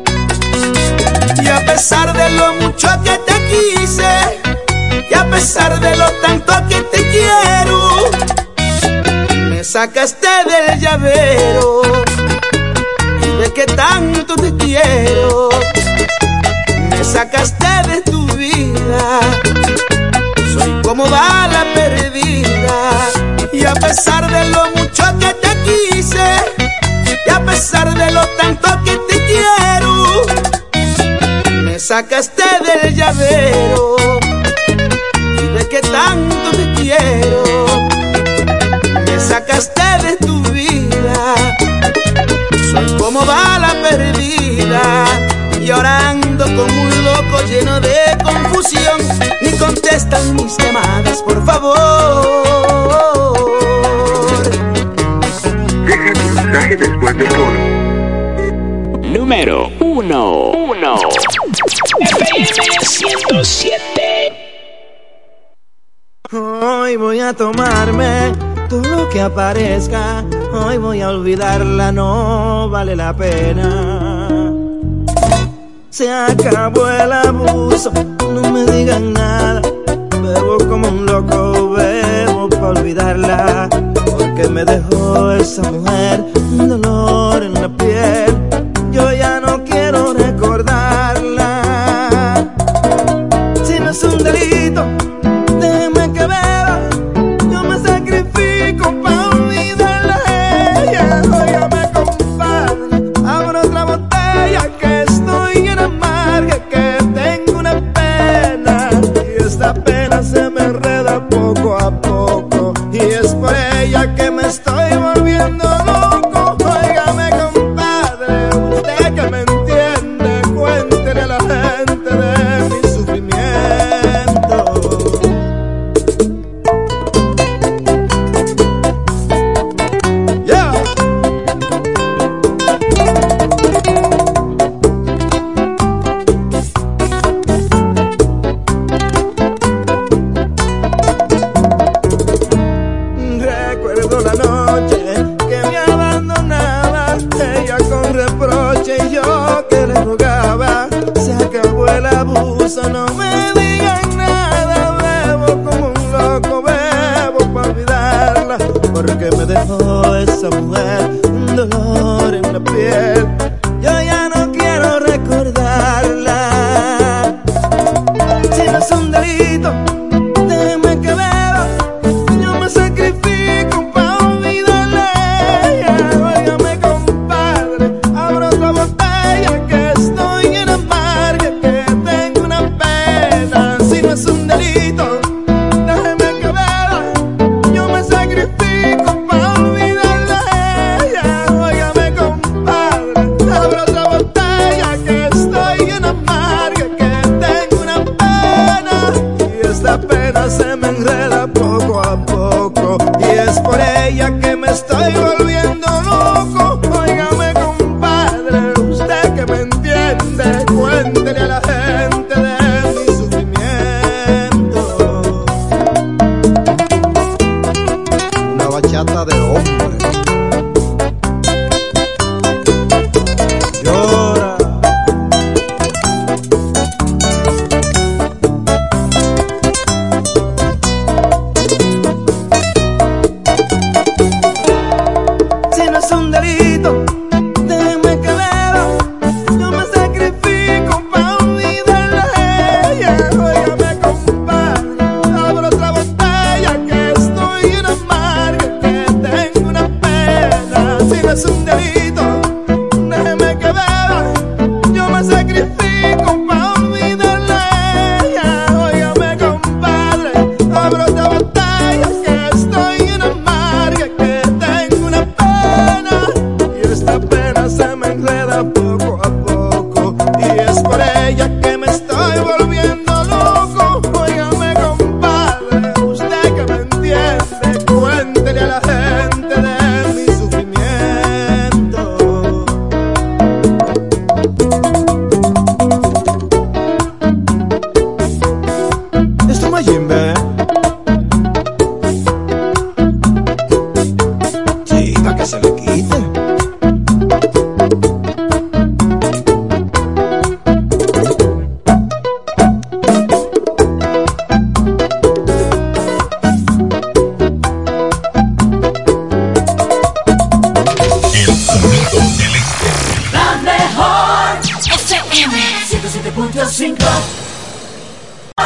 Y a pesar de lo mucho que te quise, y a pesar de lo tanto que te quiero, me sacaste del llavero. Y de que tanto te quiero, me sacaste de tu vida. Soy como bala perdida. Y a pesar de lo mucho que te quise, y a pesar de lo tanto que te quiero, me sacaste del llavero. Y de que tanto te quiero, me sacaste de tu vida. Soy como bala perdida. Y ahora ando como un loco lleno de confusión. Ni contestan mis llamadas, por favor. Deja tu mensaje después del tono. Número 1. FM 107. Hoy voy a tomarme todo lo que aparezca. Hoy voy a olvidarla, no vale la pena. Se acabó el abuso, no me digan nada. Bebo como un loco, bebo para olvidarla. Porque me dejó esa mujer un dolor en la piel. Yo ya no quiero recordarla. Si no es un delito, déjeme que beba. Yo me sacrifico para olvidarla a ella. Óigame, compadre, abro otra botella que estoy en amarga, que tengo una pena. Y esta pena se me enreda poco a poco. Y es por ella que me estoy volviendo loco. Óigame, compadre, usted que me entiende, cuéntele a la gente de mi sufrimiento. Yeah. Recuerdo la noche que me abandonaba, ella con reproche y yo que le rogaba. Se acabó el abuso, no me digan nada. Bebo como un loco, bebo para olvidarla. Porque me dejó esa mujer un dolor en la piel. Yo ya no quiero recordarla. Si no es un delito, déjeme que beba. Yo me sacrifico para olvidarla a ella. Óigame, compadre, abro otra botella que estoy en amarga, que tengo una pena. Si no es un delito, déjeme que beba. Yo me sacrifico para olvidarla a ella. Óigame, compadre, abro otra botella que estoy en amarga, que tengo una pena. Y esta pena se me enreda poco a poco. Y es por ella que me estoy volviendo loco. Óigame, compadre, usted que me entiende, cuéntele a la gente de mi sufrimiento. Una bachata de hombre. Llora.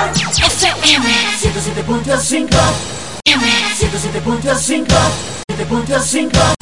FM 107.5 107.5 7.5